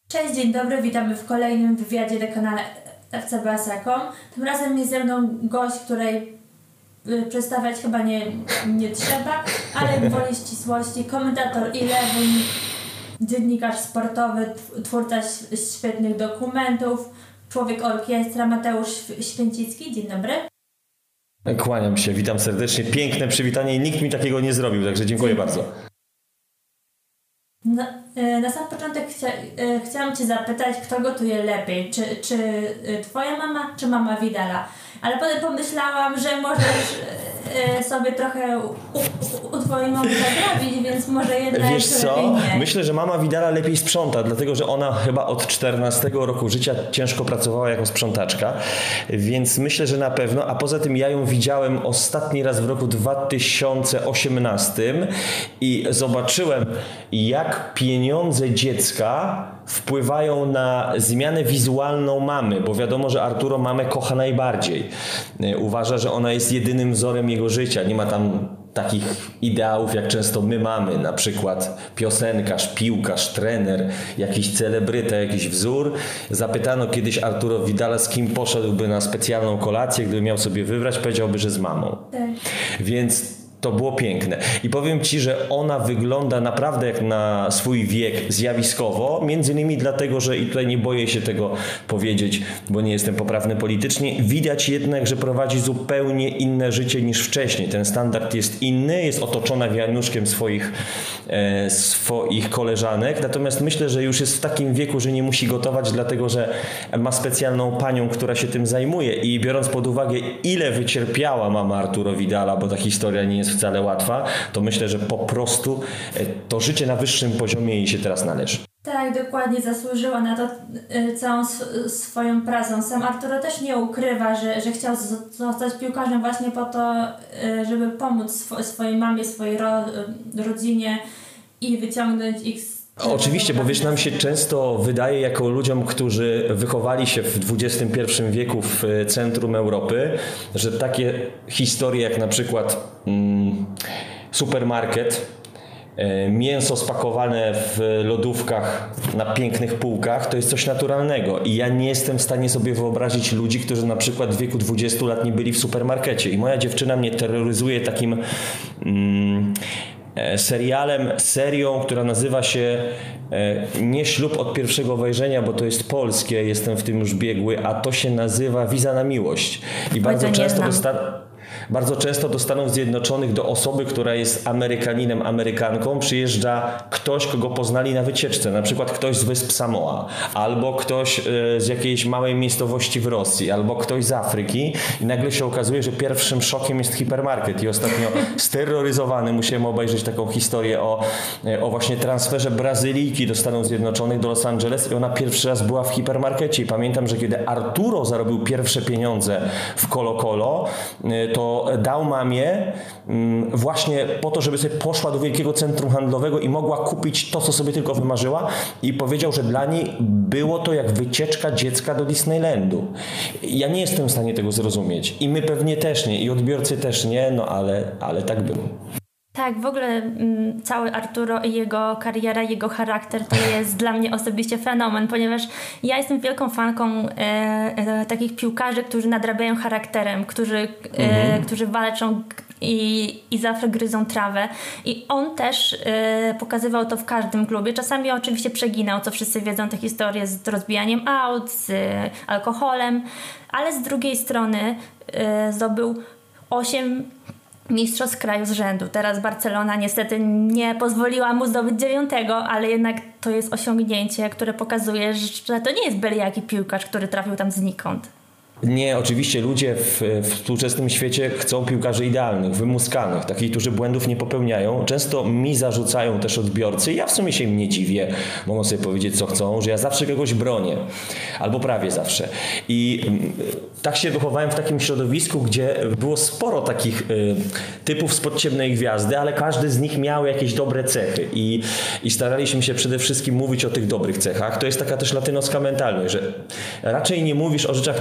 Cześć, dzień dobry, witamy w kolejnym wywiadzie na kanale FCBS.com. Tym razem jest ze mną gość, której przedstawiać chyba nie trzeba, ale gwoli ścisłości, komentator Eleven, dziennikarz sportowy, twórca świetnych dokumentów, człowiek orkiestra Mateusz Święcicki. Dzień dobry. Kłaniam się, witam serdecznie. Piękne przywitanie i nikt mi takiego nie zrobił, także dziękuję bardzo. Na sam początek chciałam Cię zapytać, kto gotuje lepiej, czy Twoja mama, czy mama Vidala? Ale potem pomyślałam, że możesz sobie trochę u Twojej mamy zagrabić, więc może jednak Wiesz co? nie. Myślę, że mama Vidala lepiej sprząta, dlatego że ona chyba od 14 roku życia ciężko pracowała jako sprzątaczka, więc myślę, że na pewno, a poza tym ja ją widziałem ostatni raz w roku 2018 i zobaczyłem, jak pieniądze dziecka wpływają na zmianę wizualną mamy, bo wiadomo, że Arturo mamę kocha najbardziej. Uważa, że ona jest jedynym wzorem jego życia. Nie ma tam takich ideałów, jak często my mamy, na przykład piosenkarz, piłkarz, trener, jakiś celebryta, jakiś wzór. Zapytano kiedyś Arturo Vidala, z kim poszedłby na specjalną kolację, gdyby miał sobie wybrać, powiedziałby, że z mamą. Tak. Więc to było piękne. I powiem Ci, że ona wygląda naprawdę jak na swój wiek zjawiskowo, między innymi dlatego, że i tutaj nie boję się tego powiedzieć, bo nie jestem poprawny politycznie, widać jednak, że prowadzi zupełnie inne życie niż wcześniej. Ten standard jest inny, jest otoczona wianuszkiem swoich koleżanek, natomiast myślę, że już jest w takim wieku, że nie musi gotować, dlatego że ma specjalną panią, która się tym zajmuje i biorąc pod uwagę, ile wycierpiała mama Arturo Vidala, bo ta historia nie jest wcale łatwa, to myślę, że po prostu to życie na wyższym poziomie jej się teraz należy. Tak, dokładnie, zasłużyła na to całą swoją pracą. Sam Arturo też nie ukrywa, że chciał zostać piłkarzem właśnie po to, żeby pomóc swojej mamie, swojej rodzinie i wyciągnąć ich z... Oczywiście, bo wiesz, nam się często wydaje jako ludziom, którzy wychowali się w XXI wieku w centrum Europy, że takie historie jak na przykład supermarket, mięso spakowane w lodówkach na pięknych półkach, to jest coś naturalnego. I ja nie jestem w stanie sobie wyobrazić ludzi, którzy na przykład w wieku 20 lat nie byli w supermarkecie. I moja dziewczyna mnie terroryzuje takim... serią, która nazywa się nie Ślub od pierwszego wejrzenia, bo to jest polskie, jestem w tym już biegły, a to się nazywa Wiza na miłość. I bardzo często do Stanów Zjednoczonych do osoby, która jest Amerykaninem, Amerykanką, przyjeżdża ktoś, kogo poznali na wycieczce, na przykład ktoś z wysp Samoa, albo ktoś z jakiejś małej miejscowości w Rosji, albo ktoś z Afryki i nagle się okazuje, że pierwszym szokiem jest hipermarket. I ostatnio steroryzowany musiałem obejrzeć taką historię o właśnie transferze Brazylijki do Stanów Zjednoczonych, do Los Angeles i ona pierwszy raz była w hipermarkecie i pamiętam, że kiedy Arturo zarobił pierwsze pieniądze w Colo-Colo, to dał mamie właśnie po to, żeby sobie poszła do wielkiego centrum handlowego i mogła kupić to, co sobie tylko wymarzyła i powiedział, że dla niej było to jak wycieczka dziecka do Disneylandu. Ja nie jestem w stanie tego zrozumieć i my pewnie też nie i odbiorcy też nie, no ale tak było. Tak, w ogóle cały Arturo i jego kariera, jego charakter to jest dla mnie osobiście fenomen, ponieważ ja jestem wielką fanką takich piłkarzy, którzy nadrabiają charakterem, którzy walczą i zawsze gryzą trawę. I on też pokazywał to w każdym klubie. Czasami oczywiście przeginał, co wszyscy wiedzą, te historie z rozbijaniem aut, z alkoholem, ale z drugiej strony zdobył 8 mistrzostw kraju z rzędu. Teraz Barcelona niestety nie pozwoliła mu zdobyć 9, ale jednak to jest osiągnięcie, które pokazuje, że to nie jest byle jaki piłkarz, który trafił tam znikąd. Nie, oczywiście ludzie w współczesnym świecie chcą piłkarzy idealnych, wymuskanych, takich, którzy błędów nie popełniają. Często mi zarzucają też odbiorcy, ja w sumie się im nie dziwię, mogą sobie powiedzieć co chcą, że ja zawsze kogoś bronię, albo prawie zawsze. I tak się wychowałem w takim środowisku, gdzie było sporo takich typów spod ciemnej gwiazdy, ale każdy z nich miał jakieś dobre cechy i staraliśmy się przede wszystkim mówić o tych dobrych cechach. To jest taka też latynoska mentalność, że raczej nie mówisz o rzeczach negatywnych,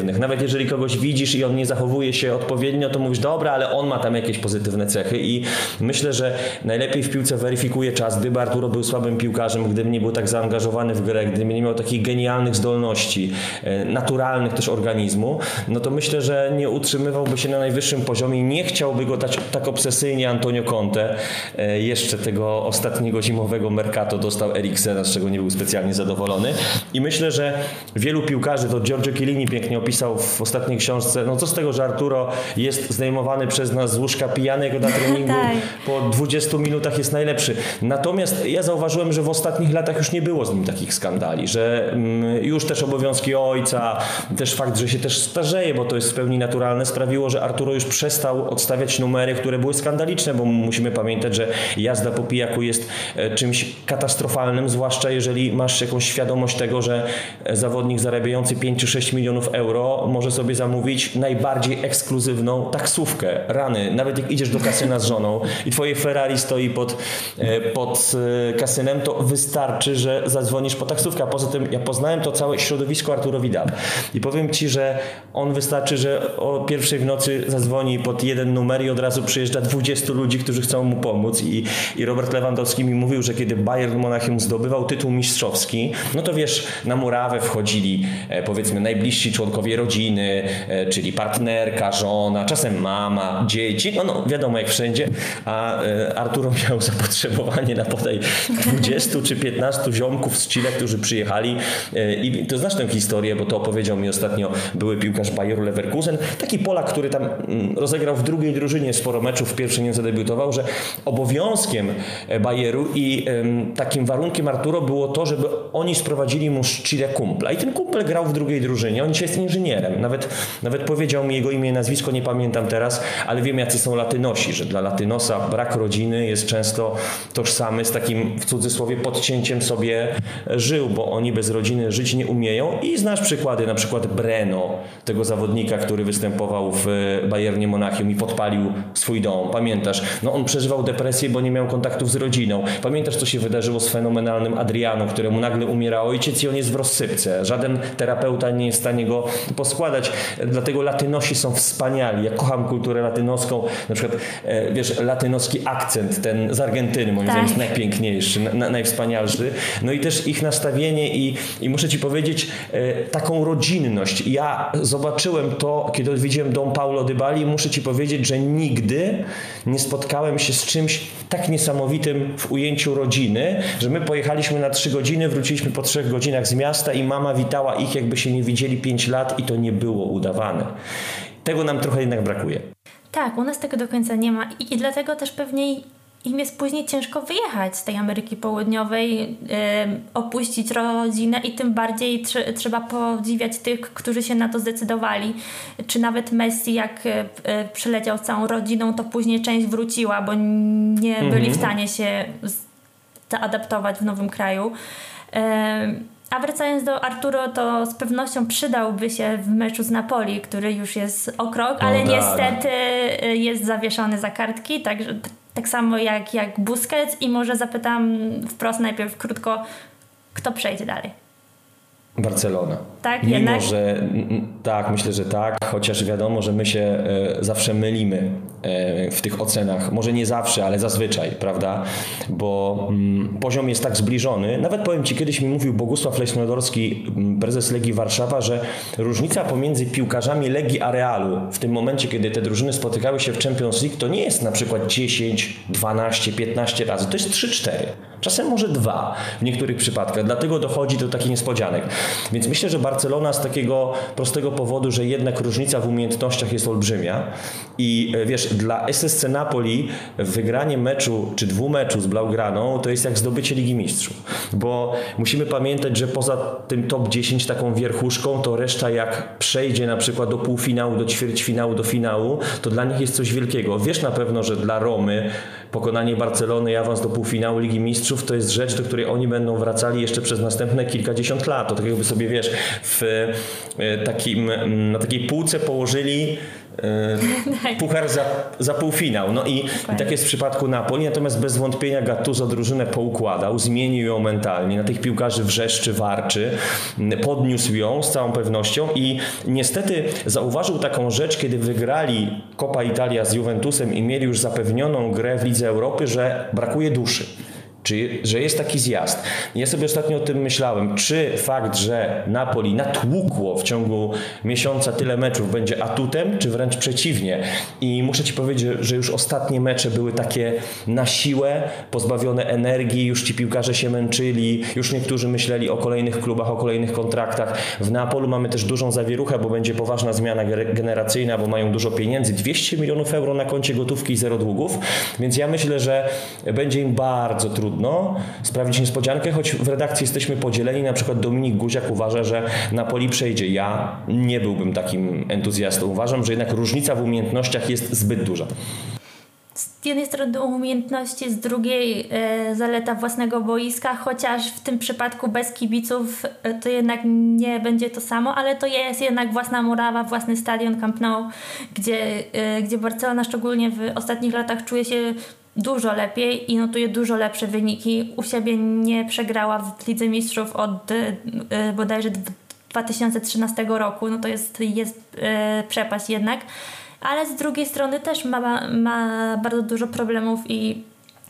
pozytywnych. Nawet jeżeli kogoś widzisz i on nie zachowuje się odpowiednio, to mówisz, dobra, ale on ma tam jakieś pozytywne cechy i myślę, że najlepiej w piłce weryfikuje czas. Gdyby Arturo był słabym piłkarzem, gdyby nie był tak zaangażowany w grę, gdyby nie miał takich genialnych zdolności, naturalnych też organizmu, no to myślę, że nie utrzymywałby się na najwyższym poziomie i nie chciałby go dać tak obsesyjnie Antonio Conte. Jeszcze tego ostatniego zimowego Mercato dostał Eriksena, z czego nie był specjalnie zadowolony. I myślę, że wielu piłkarzy, to Giorgio Chiellini pięknie opisał w ostatniej książce, no co z tego, że Arturo jest zdejmowany przez nas z łóżka pijanego na treningu, po 20 minutach jest najlepszy. Natomiast ja zauważyłem, że w ostatnich latach już nie było z nim takich skandali, że już też obowiązki ojca, też fakt, że się też starzeje, bo to jest w pełni naturalne, sprawiło, że Arturo już przestał odstawiać numery, które były skandaliczne, bo musimy pamiętać, że jazda po pijaku jest czymś katastrofalnym, zwłaszcza jeżeli masz jakąś świadomość tego, że zawodnik zarabiający 5 czy 6 milionów euro może sobie zamówić najbardziej ekskluzywną taksówkę. Rany, nawet jak idziesz do kasyna z żoną i twoje Ferrari stoi pod kasynem, to wystarczy, że zadzwonisz po taksówkę. A poza tym ja poznałem to całe środowisko Arturo Vidala i powiem ci, że on wystarczy, że o 1:00 w nocy zadzwoni pod jeden numer i od razu przyjeżdża 20 ludzi, którzy chcą mu pomóc i Robert Lewandowski mi mówił, że kiedy Bayern Monachium zdobywał tytuł mistrzowski, no to wiesz, na murawę wchodzili powiedzmy najbliżsi członkowie rodziny, czyli partnerka, żona, czasem mama, dzieci, no wiadomo jak wszędzie, a Arturo miał zapotrzebowanie na bodaj 20 czy 15 ziomków z Chile, którzy przyjechali i to znasz tę historię, bo to opowiedział mi ostatnio były piłkarz Bayeru Leverkusen, taki Polak, który tam rozegrał w drugiej drużynie sporo meczów, w pierwszej nie zadebiutował, że obowiązkiem Bayeru i takim warunkiem Arturo było to, żeby oni sprowadzili mu z Chile kumpla i ten kumpel grał w drugiej drużynie, on dzisiaj jest inżynierem, nawet powiedział mi jego imię i nazwisko, nie pamiętam teraz, ale wiem jacy są Latynosi, że dla Latynosa brak rodziny jest często tożsamy z takim w cudzysłowie podcięciem sobie żył, bo oni bez rodziny żyć nie umieją i znasz przykłady, na przykład Breno, tego zawodnika, który występował w Bayernie Monachium i podpalił swój dom, pamiętasz? No on przeżywał depresję, bo nie miał kontaktów z rodziną. Pamiętasz, co się wydarzyło z fenomenalnym Adriano, któremu nagle umiera ojciec i on jest w rozsypce. Żaden terapeuta nie jest w stanie go poskładać. Dlatego Latynosi są wspaniali. Ja kocham kulturę latynoską. Na przykład, wiesz, latynoski akcent, ten z Argentyny, moim zdaniem jest najpiękniejszy, najwspanialszy. No i też ich nastawienie i muszę ci powiedzieć, taką rodzinność. Ja zobaczyłem to, kiedy odwiedziłem dom Paulo Dybali i muszę ci powiedzieć, że nigdy nie spotkałem się z czymś tak niesamowitym w ujęciu rodziny, że my pojechaliśmy na 3 godziny, wróciliśmy po 3 godzinach z miasta i mama witała ich, jakby się nie widzieli 5 lat i to nie było udawane. Tego nam trochę jednak brakuje. Tak, u nas tego do końca nie ma i dlatego też pewnie im jest później ciężko wyjechać z tej Ameryki Południowej, opuścić rodzinę i tym bardziej trzeba podziwiać tych, którzy się na to zdecydowali. Czy nawet Messi, jak przyleciał z całą rodziną, to później część wróciła, bo nie byli w stanie się zaadaptować w nowym kraju. A wracając do Arturo, to z pewnością przydałby się w meczu z Napoli, który już jest o krok, ale niestety jest zawieszony za kartki, także tak samo jak Busquets i może zapytam wprost najpierw krótko, kto przejdzie dalej? Barcelona. Tak, mimo, jednak? że tak, myślę, że tak, chociaż wiadomo, że my się zawsze mylimy w tych ocenach. Może nie zawsze, ale zazwyczaj, prawda? Bo poziom jest tak zbliżony. Nawet powiem ci, kiedyś mi mówił Bogusław Leśnodorski, prezes Legii Warszawa, że różnica pomiędzy piłkarzami Legii a Realu w tym momencie, kiedy te drużyny spotykały się w Champions League, to nie jest na przykład 10, 12, 15 razy. To jest 3-4. Czasem może 2 w niektórych przypadkach. Dlatego dochodzi do takich niespodzianek. Więc myślę, że Barcelona z takiego prostego powodu, że jednak różnica w umiejętnościach jest olbrzymia i wiesz, dla SSC Napoli wygranie meczu czy 2 meczów z Blaugraną to jest jak zdobycie Ligi Mistrzów, bo musimy pamiętać, że poza tym top 10 taką wierchuszką, to reszta jak przejdzie na przykład do półfinału, do ćwierćfinału, do finału, to dla nich jest coś wielkiego. Wiesz na pewno, że dla Romy pokonanie Barcelony i awans do półfinału Ligi Mistrzów to jest rzecz, do której oni będą wracali jeszcze przez następne kilkadziesiąt lat. To tak jakby sobie, wiesz, na takiej półce położyli puchar za półfinał. No i tak jest w przypadku Napoli, natomiast bez wątpienia Gattuso drużynę poukładał, zmienił ją mentalnie, na tych piłkarzy wrzeszczy, warczy, podniósł ją z całą pewnością i niestety zauważył taką rzecz, kiedy wygrali Coppa Italia z Juventusem i mieli już zapewnioną grę w Lidze Europy, że brakuje duszy. Że jest taki zjazd. Ja sobie ostatnio o tym myślałem, czy fakt, że Napoli natłukło w ciągu miesiąca tyle meczów będzie atutem, czy wręcz przeciwnie. I muszę Ci powiedzieć, że już ostatnie mecze były takie na siłę, pozbawione energii, już ci piłkarze się męczyli, już niektórzy myśleli o kolejnych klubach, o kolejnych kontraktach. W Neapolu mamy też dużą zawieruchę, bo będzie poważna zmiana generacyjna, bo mają dużo pieniędzy, 200 milionów euro na koncie gotówki i zero długów, więc ja myślę, że będzie im bardzo trudno sprawić niespodziankę, choć w redakcji jesteśmy podzieleni. Na przykład Dominik Guziak uważa, że Napoli przejdzie. Ja nie byłbym takim entuzjastą. Uważam, że jednak różnica w umiejętnościach jest zbyt duża. Z jednej strony umiejętności, z drugiej zaleta własnego boiska, chociaż w tym przypadku bez kibiców to jednak nie będzie to samo, ale to jest jednak własna murawa, własny stadion Camp Nou, gdzie Barcelona szczególnie w ostatnich latach czuje się dużo lepiej i notuje dużo lepsze wyniki. U siebie nie przegrała w Lidze Mistrzów od bodajże 2013 roku. No to jest przepaść jednak. Ale z drugiej strony też ma bardzo dużo problemów i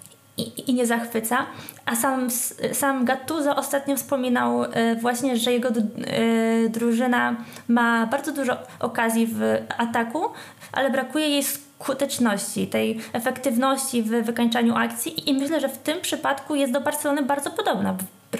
nie zachwyca. A sam Gattuso ostatnio wspominał właśnie, że jego drużyna ma bardzo dużo okazji w ataku, ale brakuje jej skuteczności, tej efektywności w wykańczaniu akcji i myślę, że w tym przypadku jest do Barcelony bardzo podobna.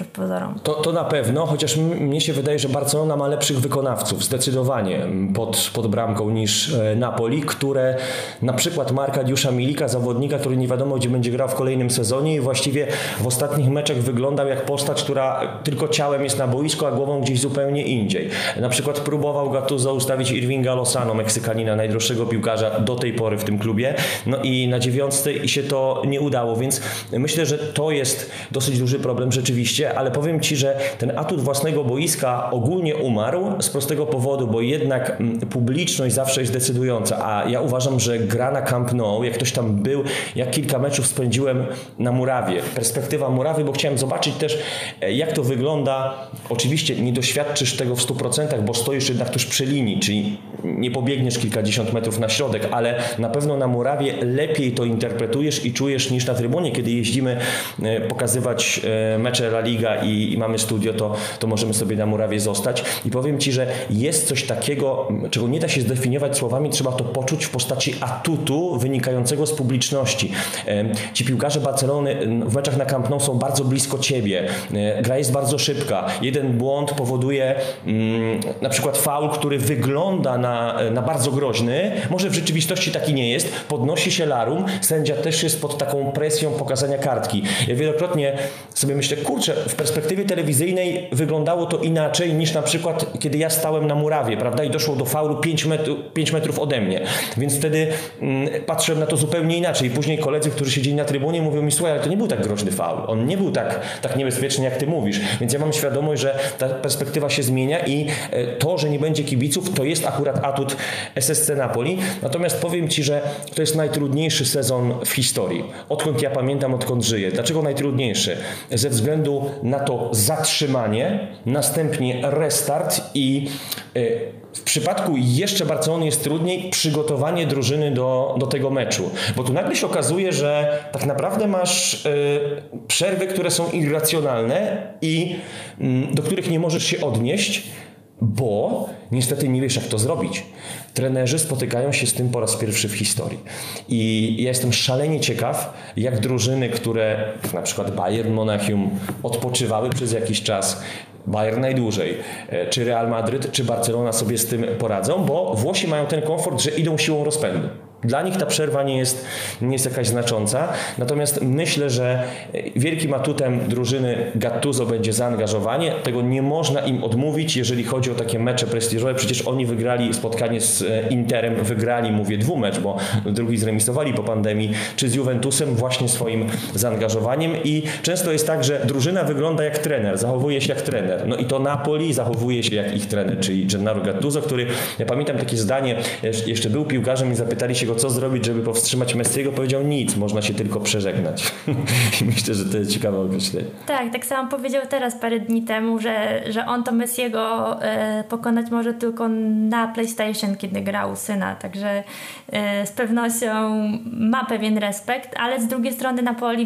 To na pewno, chociaż mnie się wydaje, że Barcelona ma lepszych wykonawców zdecydowanie pod bramką niż Napoli, które na przykład ma Arkadiusza Milika, zawodnika, który nie wiadomo gdzie będzie grał w kolejnym sezonie i właściwie w ostatnich meczach wyglądał jak postać, która tylko ciałem jest na boisku, a głową gdzieś zupełnie indziej. Na przykład próbował Gattuso ustawić Irvinga Lozano, Meksykanina, najdroższego piłkarza do tej pory w tym klubie, no i na 9 i się to nie udało, więc myślę, że to jest dosyć duży problem rzeczywiście. Ale powiem Ci, że ten atut własnego boiska ogólnie umarł z prostego powodu, bo jednak publiczność zawsze jest decydująca, a ja uważam, że gra na Camp Nou, jak ktoś tam był, jak kilka meczów spędziłem na murawie, perspektywa murawy, bo chciałem zobaczyć też jak to wygląda. Oczywiście nie doświadczysz tego w 100%, bo stoisz jednak tuż przy linii, czyli nie pobiegniesz kilkadziesiąt metrów na środek, ale na pewno na murawie lepiej to interpretujesz i czujesz niż na trybunie, kiedy jeździmy pokazywać mecze La Liga i mamy studio, to możemy sobie na murawie zostać. I powiem Ci, że jest coś takiego, czego nie da się zdefiniować słowami, trzeba to poczuć w postaci atutu wynikającego z publiczności. Ci piłkarze Barcelony w meczach na Camp Nou są bardzo blisko Ciebie. Gra jest bardzo szybka. Jeden błąd powoduje na przykład faul, który wygląda na bardzo groźny. Może w rzeczywistości taki nie jest. Podnosi się larum. Sędzia też jest pod taką presją pokazania kartki. Ja wielokrotnie sobie myślę, kurczę, w perspektywie telewizyjnej wyglądało to inaczej niż na przykład, kiedy ja stałem na murawie, prawda, i doszło do faulu 5 metrów ode mnie. Więc wtedy patrzyłem na to zupełnie inaczej. I później koledzy, którzy siedzieli na trybunie, mówią mi, słuchaj, ale to nie był tak groźny faul. On nie był tak niebezpieczny, jak ty mówisz. Więc ja mam świadomość, że ta perspektywa się zmienia i to, że nie będzie kibiców, to jest akurat atut SSC Napoli. Natomiast powiem Ci, że to jest najtrudniejszy sezon w historii. Odkąd ja pamiętam, odkąd żyję. Dlaczego najtrudniejszy? Ze względu na to zatrzymanie, następnie restart i w przypadku jeszcze Barcelony jest trudniej przygotowanie drużyny do tego meczu. Bo tu nagle się okazuje, że tak naprawdę masz przerwy, które są irracjonalne i do których nie możesz się odnieść, bo niestety nie wiesz, jak to zrobić. Trenerzy spotykają się z tym po raz pierwszy w historii. I ja jestem szalenie ciekaw, jak drużyny, które na przykład Bayern Monachium odpoczywały przez jakiś czas, Bayern najdłużej, czy Real Madryt, czy Barcelona sobie z tym poradzą, bo Włosi mają ten komfort, że idą siłą rozpędu. Dla nich ta przerwa nie jest jakaś znacząca, natomiast myślę, że wielkim atutem drużyny Gattuso będzie zaangażowanie. Tego nie można im odmówić, jeżeli chodzi o takie mecze prestiżowe. Przecież oni wygrali spotkanie z Interem, mówię dwumecz, bo drugi zremisowali po pandemii, czy z Juventusem właśnie swoim zaangażowaniem i często jest tak, że drużyna wygląda jak trener, zachowuje się jak trener. No i to Napoli zachowuje się jak ich trener, czyli Gennaro Gattuso, który, ja pamiętam takie zdanie, jeszcze był piłkarzem i zapytali się go, co zrobić, żeby powstrzymać Messiego, powiedział nic, można się tylko przeżegnać. I myślę, że to jest ciekawe określenie. Tak samo powiedział teraz parę dni temu, że on to Messiego pokonać może tylko na PlayStation, kiedy grał syna, także z pewnością ma pewien respekt, ale z drugiej strony Napoli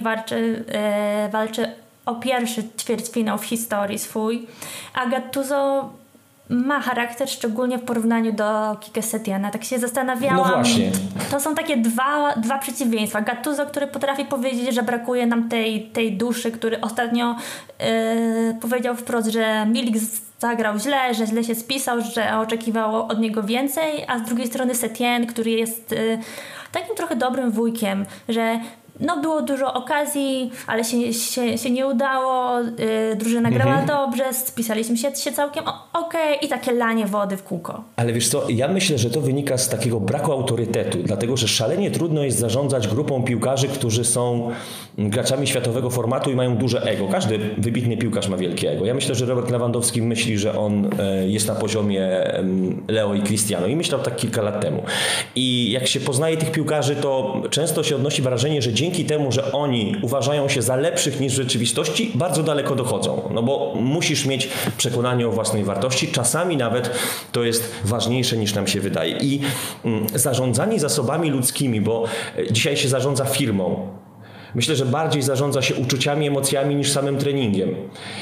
walczy o pierwszy ćwierćfinał w historii swój, a Gattuso ma charakter, szczególnie w porównaniu do Quique Setiena. Tak się zastanawiałam. No właśnie. To są takie dwa przeciwieństwa. Gattuso, który potrafi powiedzieć, że brakuje nam tej duszy, który ostatnio powiedział wprost, że Milik zagrał źle, że źle się spisał, że oczekiwało od niego więcej, a z drugiej strony Setien, który jest takim trochę dobrym wujkiem, że było dużo okazji, ale się nie udało, drużyna grała dobrze, spisaliśmy się całkiem okej i takie lanie wody w kółko. Ale wiesz co, ja myślę, że to wynika z takiego braku autorytetu, dlatego że szalenie trudno jest zarządzać grupą piłkarzy, którzy są graczami światowego formatu i mają duże ego. Każdy wybitny piłkarz ma wielkie ego. Ja myślę, że Robert Lewandowski myśli, że on jest na poziomie Leo i Cristiano i myślał tak kilka lat temu. I jak się poznaje tych piłkarzy, to często się odnosi wrażenie, że dzięki temu, że oni uważają się za lepszych niż w rzeczywistości, bardzo daleko dochodzą. No bo musisz mieć przekonanie o własnej wartości. Czasami nawet to jest ważniejsze niż nam się wydaje. I zarządzanie zasobami ludzkimi, bo dzisiaj się zarządza firmą. Myślę, że bardziej zarządza się uczuciami, emocjami niż samym treningiem.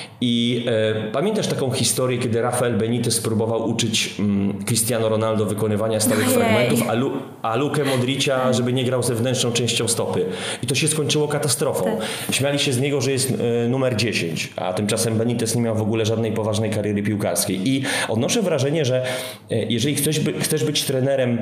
I pamiętasz taką historię, kiedy Rafael Benitez próbował uczyć Cristiano Ronaldo wykonywania stałych fragmentów, a Lukę Modricia, żeby nie grał zewnętrzną częścią stopy. I to się skończyło katastrofą. Tak. Śmiali się z niego, że jest numer 10, a tymczasem Benitez nie miał w ogóle żadnej poważnej kariery piłkarskiej. I odnoszę wrażenie, że jeżeli chcesz być trenerem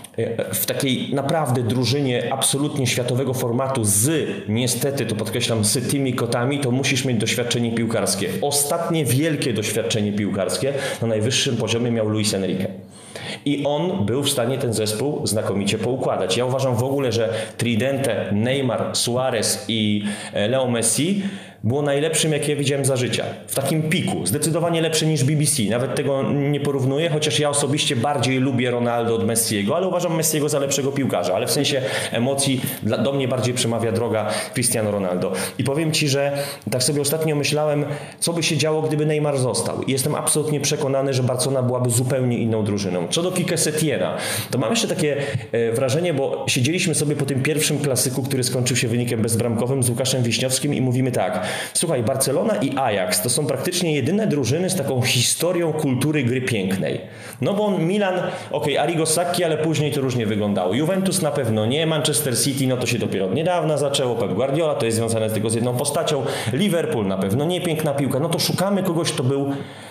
w takiej naprawdę drużynie absolutnie światowego formatu niestety, to podkreślam, z tymi kotami, to musisz mieć doświadczenie piłkarskie. Ostatnie wielkie doświadczenie piłkarskie na najwyższym poziomie miał Luis Enrique. I on był w stanie ten zespół znakomicie poukładać. Ja uważam w ogóle, że Tridente, Neymar, Suarez i Leo Messi było najlepszym, jakie ja widziałem za życia. W takim piku. Zdecydowanie lepszy niż BBC. Nawet tego nie porównuję, chociaż ja osobiście bardziej lubię Ronaldo od Messiego, ale uważam Messiego za lepszego piłkarza. Ale w sensie emocji do mnie bardziej przemawia droga Cristiano Ronaldo. I powiem Ci, że tak sobie ostatnio myślałem, co by się działo, gdyby Neymar został. I jestem absolutnie przekonany, że Barcelona byłaby zupełnie inną drużyną. Co do Quique Setiena, to mam jeszcze takie wrażenie, bo siedzieliśmy sobie po tym pierwszym klasyku, który skończył się wynikiem bezbramkowym z Łukaszem Wiśniowskim i mówimy tak: słuchaj, Barcelona i Ajax to są praktycznie jedyne drużyny z taką historią kultury gry pięknej. No bo Milan, Arrigo Sacchi, ale później to różnie wyglądało. Juventus na pewno nie, Manchester City, no to się dopiero od niedawna zaczęło, Pep Guardiola, to jest związane tylko z jedną postacią, Liverpool na pewno nie, piękna piłka, no to szukamy kogoś, kto był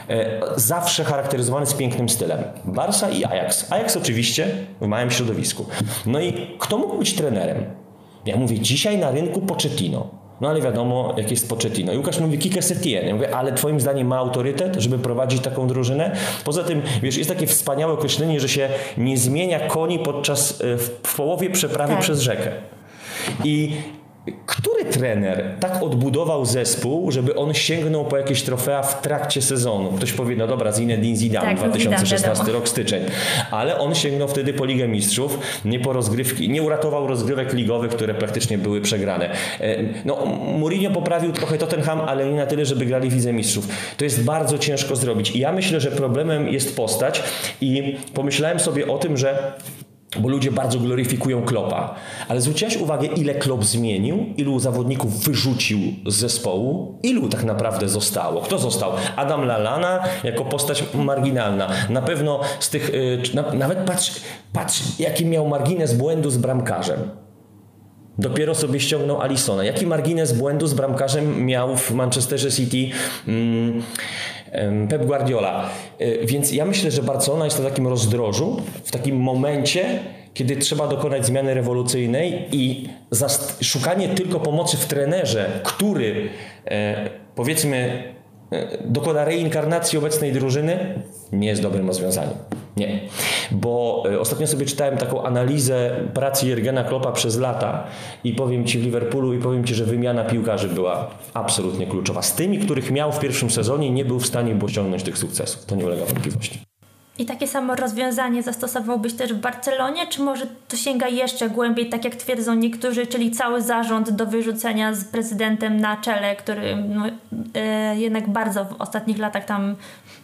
zawsze charakteryzowany z pięknym stylem. Barca i Ajax. Ajax oczywiście w małym środowisku. No i kto mógł być trenerem? Ja mówię, dzisiaj na rynku Pochettino. No ale wiadomo, jak jest Pochettino. I Łukasz mówi Quique Setien. Ja mówię, ale twoim zdaniem ma autorytet, żeby prowadzić taką drużynę? Poza tym, wiesz, jest takie wspaniałe określenie, że się nie zmienia koni w połowie przeprawy przez rzekę. I który trener tak odbudował zespół, żeby on sięgnął po jakieś trofea w trakcie sezonu? Ktoś powie, no dobra, Zinedine Zidane, 2016 rok, styczeń. Ale on sięgnął wtedy po Ligę Mistrzów, nie po rozgrywki, nie uratował rozgrywek ligowych, które praktycznie były przegrane. No, Mourinho poprawił trochę Tottenham, ale nie na tyle, żeby grali w Lidze Mistrzów. To jest bardzo ciężko zrobić. I ja myślę, że problemem jest postać i pomyślałem sobie o tym, że bo ludzie bardzo gloryfikują Kloppa. Ale zwróciłeś uwagę, ile Klopp zmienił, ilu zawodników wyrzucił z zespołu, ilu tak naprawdę zostało. Kto został? Adam Lallana jako postać marginalna. Na pewno z tych, nawet patrz jaki miał margines błędu z bramkarzem. Dopiero sobie ściągnął Alissona. Jaki margines błędu z bramkarzem miał w Manchesterze City Pep Guardiola. Więc ja myślę, że Barcelona jest na takim rozdrożu, w takim momencie, kiedy trzeba dokonać zmiany rewolucyjnej i szukanie tylko pomocy w trenerze, który powiedzmy dokona reinkarnacji obecnej drużyny, nie jest dobrym rozwiązaniem. Nie. Bo ostatnio sobie czytałem taką analizę pracy Jurgena Kloppa przez lata i powiem Ci w Liverpoolu i powiem Ci, że wymiana piłkarzy była absolutnie kluczowa. Z tymi, których miał w pierwszym sezonie, nie był w stanie osiągnąć tych sukcesów. To nie ulega wątpliwości. I takie samo rozwiązanie zastosowałbyś też w Barcelonie, czy może to sięga jeszcze głębiej, tak jak twierdzą niektórzy, czyli cały zarząd do wyrzucenia z prezydentem na czele, który jednak bardzo w ostatnich latach tam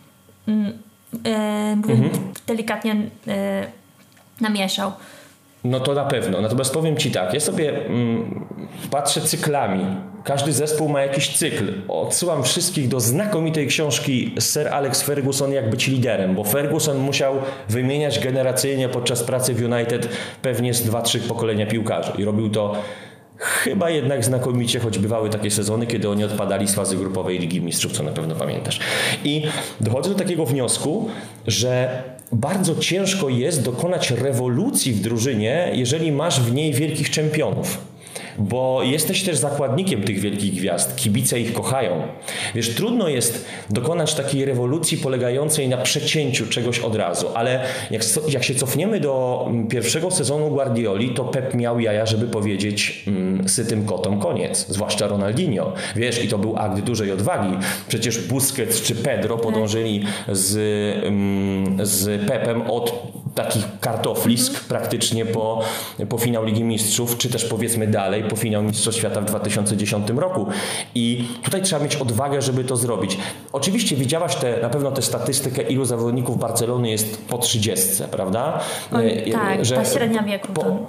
delikatnie namieszał. No to na pewno. Natomiast powiem Ci tak, ja sobie patrzę cyklami. Każdy zespół ma jakiś cykl. Odsyłam wszystkich do znakomitej książki Sir Alex Ferguson, Jak być liderem, bo Ferguson musiał wymieniać generacyjnie podczas pracy w United pewnie z 2-3 pokolenia piłkarzy i robił to chyba jednak znakomicie, choć bywały takie sezony, kiedy oni odpadali z fazy grupowej Ligi Mistrzów, co na pewno pamiętasz. I dochodzę do takiego wniosku, że bardzo ciężko jest dokonać rewolucji w drużynie, jeżeli masz w niej wielkich czempionów. Bo jesteś też zakładnikiem tych wielkich gwiazd, kibice ich kochają. Wiesz, trudno jest dokonać takiej rewolucji polegającej na przecięciu czegoś od razu, ale jak się cofniemy do pierwszego sezonu Guardioli, to Pep miał jaja, żeby powiedzieć sytym kotom koniec, zwłaszcza Ronaldinho. Wiesz, i to był akt dużej odwagi. Przecież Busquets czy Pedro podążyli z Pepem od takich kartoflisk praktycznie po finał Ligi Mistrzów, czy też powiedzmy dalej, po finał Mistrzostw Świata w 2010 roku. I tutaj trzeba mieć odwagę, żeby to zrobić. Oczywiście widziałaś na pewno tę statystykę, ilu zawodników Barcelony jest po 30, prawda? Tak, że ta średnia wieku.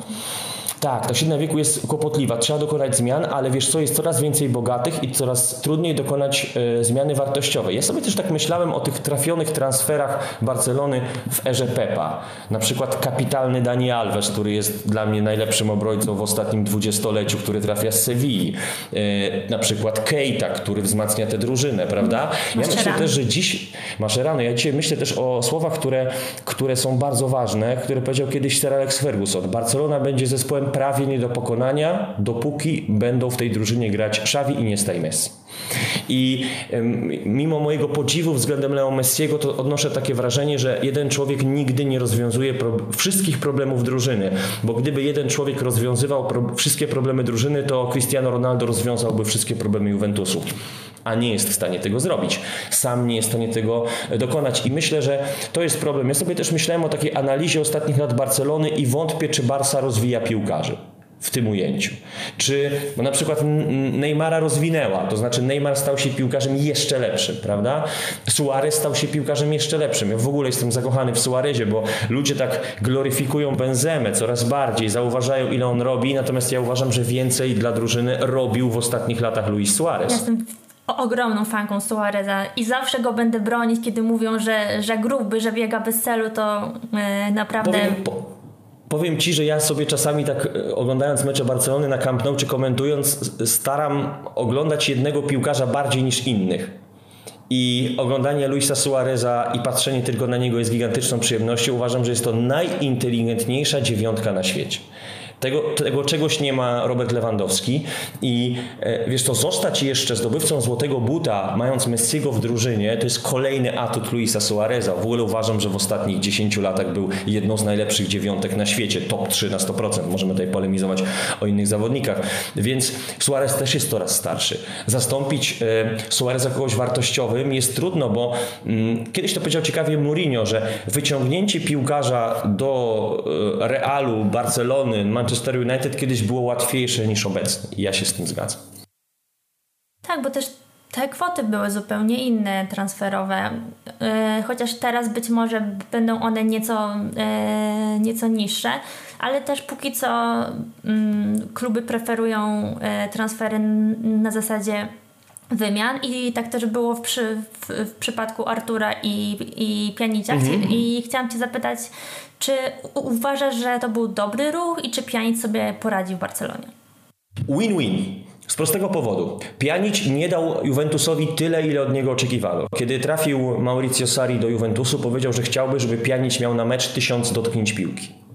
Tak, ta średnia wieku jest kłopotliwa. Trzeba dokonać zmian, ale wiesz co, jest coraz więcej bogatych i coraz trudniej dokonać zmiany wartościowej. Ja sobie też tak myślałem o tych trafionych transferach Barcelony w erze Pepa. Na przykład kapitalny Dani Alves, który jest dla mnie najlepszym obrońcą w ostatnim 20-leciu, który trafia z Sewilli. Na przykład Keita, który wzmacnia tę drużynę, prawda? Ja myślę też, że ja dzisiaj myślę też o słowach, które są bardzo ważne, które powiedział kiedyś Sir Alex Ferguson. Barcelona będzie zespołem prawie nie do pokonania, dopóki będą w tej drużynie grać Xavi, Iniesta i Messi. I mimo mojego podziwu względem Leo Messiego, to odnoszę takie wrażenie, że jeden człowiek nigdy nie rozwiązuje wszystkich problemów drużyny, bo gdyby jeden człowiek rozwiązywał wszystkie problemy drużyny, to Cristiano Ronaldo rozwiązałby wszystkie problemy Juventusu. A nie jest w stanie tego zrobić. Sam nie jest w stanie tego dokonać. I myślę, że to jest problem. Ja sobie też myślałem o takiej analizie ostatnich lat Barcelony i wątpię, czy Barca rozwija piłkarzy w tym ujęciu. Bo na przykład Neymara rozwinęła, to znaczy Neymar stał się piłkarzem jeszcze lepszym, prawda? Suarez stał się piłkarzem jeszcze lepszym. Ja w ogóle jestem zakochany w Suarezie, bo ludzie tak gloryfikują Benzemę coraz bardziej, zauważają, ile on robi, natomiast ja uważam, że więcej dla drużyny robił w ostatnich latach Luis Suarez. Jestem ogromną fanką Suareza i zawsze go będę bronić, kiedy mówią, że gruby, że biega bez celu, to naprawdę... Powiem Ci, że ja sobie czasami tak oglądając mecze Barcelony na Camp Nou czy komentując, staram oglądać jednego piłkarza bardziej niż innych. I oglądanie Luisa Suareza i patrzenie tylko na niego jest gigantyczną przyjemnością. Uważam, że jest to najinteligentniejsza dziewiątka na świecie. Tego czegoś nie ma Robert Lewandowski i wiesz to, zostać jeszcze zdobywcą złotego buta, mając Messiego w drużynie, to jest kolejny atut Luisa Suareza. W ogóle uważam, że w ostatnich 10 latach był jedną z najlepszych dziewiątek na świecie, top 3 na 100%. Możemy tutaj polemizować o innych zawodnikach. Więc Suarez też jest coraz starszy. Zastąpić Suareza kogoś wartościowym jest trudno, bo kiedyś to powiedział ciekawie Mourinho, że wyciągnięcie piłkarza do Realu, Barcelony, Manchester United kiedyś było łatwiejsze niż obecnie. I ja się z tym zgadzam. Tak, bo też te kwoty były zupełnie inne, transferowe. Chociaż teraz być może będą one nieco niższe, ale też póki co kluby preferują transfery na zasadzie wymian i tak też było w przypadku Artura i Pjanicia. I chciałam Cię zapytać, czy uważasz, że to był dobry ruch i czy Pjanic sobie poradził w Barcelonie? Win-win. Z prostego powodu. Pjanic nie dał Juventusowi tyle, ile od niego oczekiwano. Kiedy trafił Maurizio Sarri do Juventusu, powiedział, że chciałby, żeby Pjanic miał na mecz 1000 dotknięć piłki.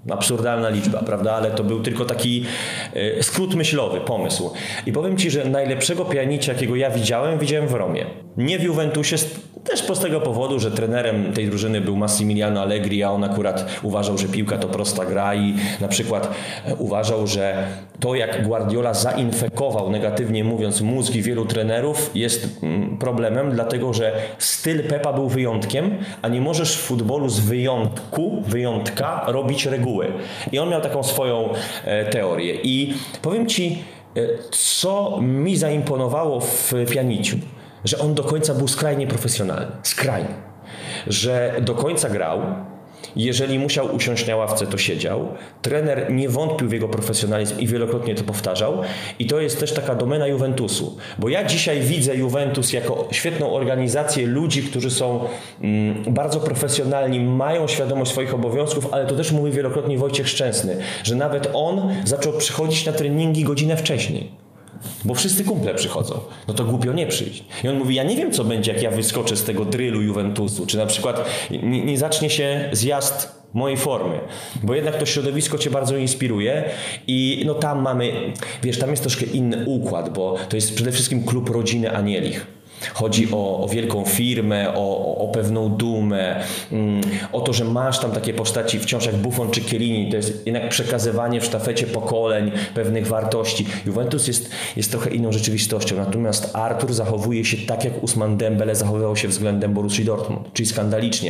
absurdalna liczba, prawda? Ale to był tylko taki skrót myślowy, pomysł. I powiem Ci, że najlepszego Pjanicia, jakiego ja widziałem w Romie. Nie w Juventusie, też z prostego powodu, że trenerem tej drużyny był Massimiliano Allegri, a on akurat uważał, że piłka to prosta gra i na przykład uważał, że to jak Guardiola zainfekował, negatywnie mówiąc, mózgi wielu trenerów jest problemem, dlatego że styl Pepa był wyjątkiem, a nie możesz w futbolu z wyjątka robić reguły. I on miał taką swoją teorię. I powiem Ci, co mi zaimponowało w Pjaniciu, że on do końca był skrajnie profesjonalny. Skrajnie. Że do końca grał. Jeżeli musiał usiąść na ławce, to siedział. Trener nie wątpił w jego profesjonalizm i wielokrotnie to powtarzał. I to jest też taka domena Juventusu. Bo ja dzisiaj widzę Juventus jako świetną organizację ludzi, którzy są bardzo profesjonalni, mają świadomość swoich obowiązków, ale to też mówi wielokrotnie Wojciech Szczęsny, że nawet on zaczął przychodzić na treningi godzinę wcześniej. Bo wszyscy kumple przychodzą. No to głupio nie przyjść. I on mówi, ja nie wiem, co będzie, jak ja wyskoczę z tego drylu Juventusu. Czy na przykład nie zacznie się zjazd mojej formy. Bo jednak to środowisko Cię bardzo inspiruje. I no tam mamy, wiesz, tam jest troszkę inny układ, bo to jest przede wszystkim klub rodziny Anielich. Chodzi o wielką firmę, o pewną dumę, o to, że masz tam takie postaci wciąż jak Buffon czy Chiellini. To jest jednak przekazywanie w sztafecie pokoleń pewnych wartości. Juventus jest trochę inną rzeczywistością. Natomiast Artur zachowuje się tak, jak Ousmane Dembele zachowywał się względem Borussii Dortmund, czyli skandalicznie.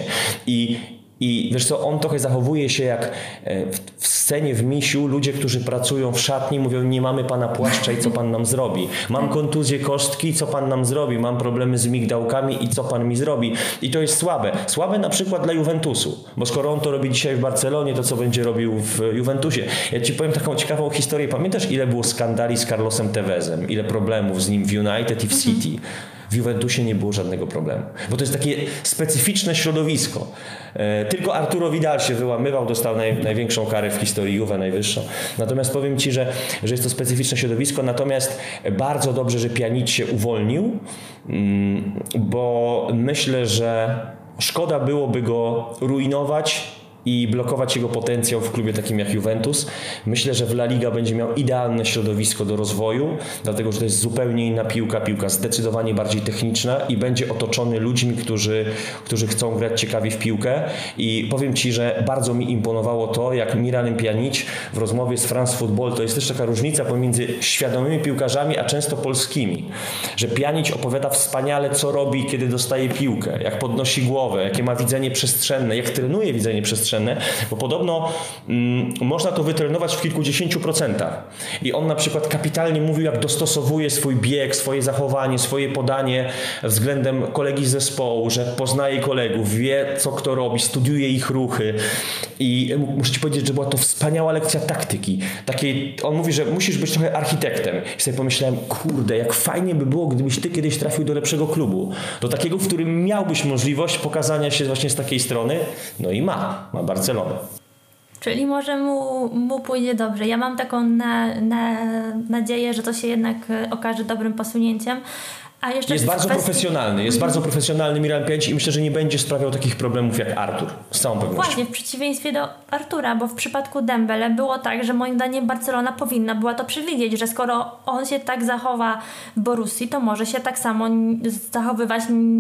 I wiesz co, on trochę zachowuje się jak w scenie w Misiu ludzie, którzy pracują w szatni, mówią, nie mamy pana płaszcza i co pan nam zrobi. Mam kontuzję kostki, co pan nam zrobi. Mam problemy z migdałkami i co pan mi zrobi. I to jest słabe. Słabe na przykład dla Juventusu, bo skoro on to robi dzisiaj w Barcelonie, to co będzie robił w Juventusie. Ja Ci powiem taką ciekawą historię. Pamiętasz, ile było skandali z Carlosem Tevezem? Ile problemów z nim w United i w City? W Juventusie nie było żadnego problemu, bo to jest takie specyficzne środowisko. Tylko Arturo Vidal się wyłamywał, dostał największą karę w historii Juve, najwyższą. Natomiast powiem Ci, że jest to specyficzne środowisko, natomiast bardzo dobrze, że Pjanic się uwolnił, bo myślę, że szkoda byłoby go rujnować i blokować jego potencjał w klubie takim jak Juventus. Myślę, że w La Liga będzie miał idealne środowisko do rozwoju, dlatego że to jest zupełnie inna piłka zdecydowanie bardziej techniczna i będzie otoczony ludźmi, którzy chcą grać ciekawie w piłkę. I powiem Ci, że bardzo mi imponowało to, jak Miralem Pjanic w rozmowie z France Football, to jest też taka różnica pomiędzy świadomymi piłkarzami, a często polskimi, że Pjanic opowiada wspaniale, co robi, kiedy dostaje piłkę, jak podnosi głowę, jakie ma widzenie przestrzenne, jak trenuje widzenie przestrzenne, bo podobno można to wytrenować w kilkudziesięciu procentach. I on na przykład kapitalnie mówił, jak dostosowuje swój bieg, swoje zachowanie, swoje podanie względem kolegi z zespołu, że poznaje kolegów, wie, co kto robi, studiuje ich ruchy. I muszę Ci powiedzieć, że była to wspaniała lekcja taktyki. On mówi, że musisz być trochę architektem. I sobie pomyślałem, kurde, jak fajnie by było, gdybyś Ty kiedyś trafił do lepszego klubu. Do takiego, w którym miałbyś możliwość pokazania się właśnie z takiej strony. No i ma Barcelonę. Czyli może mu pójdzie dobrze. Ja mam taką nadzieję, że to się jednak okaże dobrym posunięciem. A jeszcze jest bardzo profesjonalny. Jest bardzo profesjonalny Miralem Pjanic i myślę, że nie będzie sprawiał takich problemów jak Artur. Z całą pewnością. Właśnie, w przeciwieństwie do Artura, bo w przypadku Dembele było tak, że moim zdaniem Barcelona powinna była to przewidzieć, że skoro on się tak zachowa w Borussii, to może się tak samo zachowywać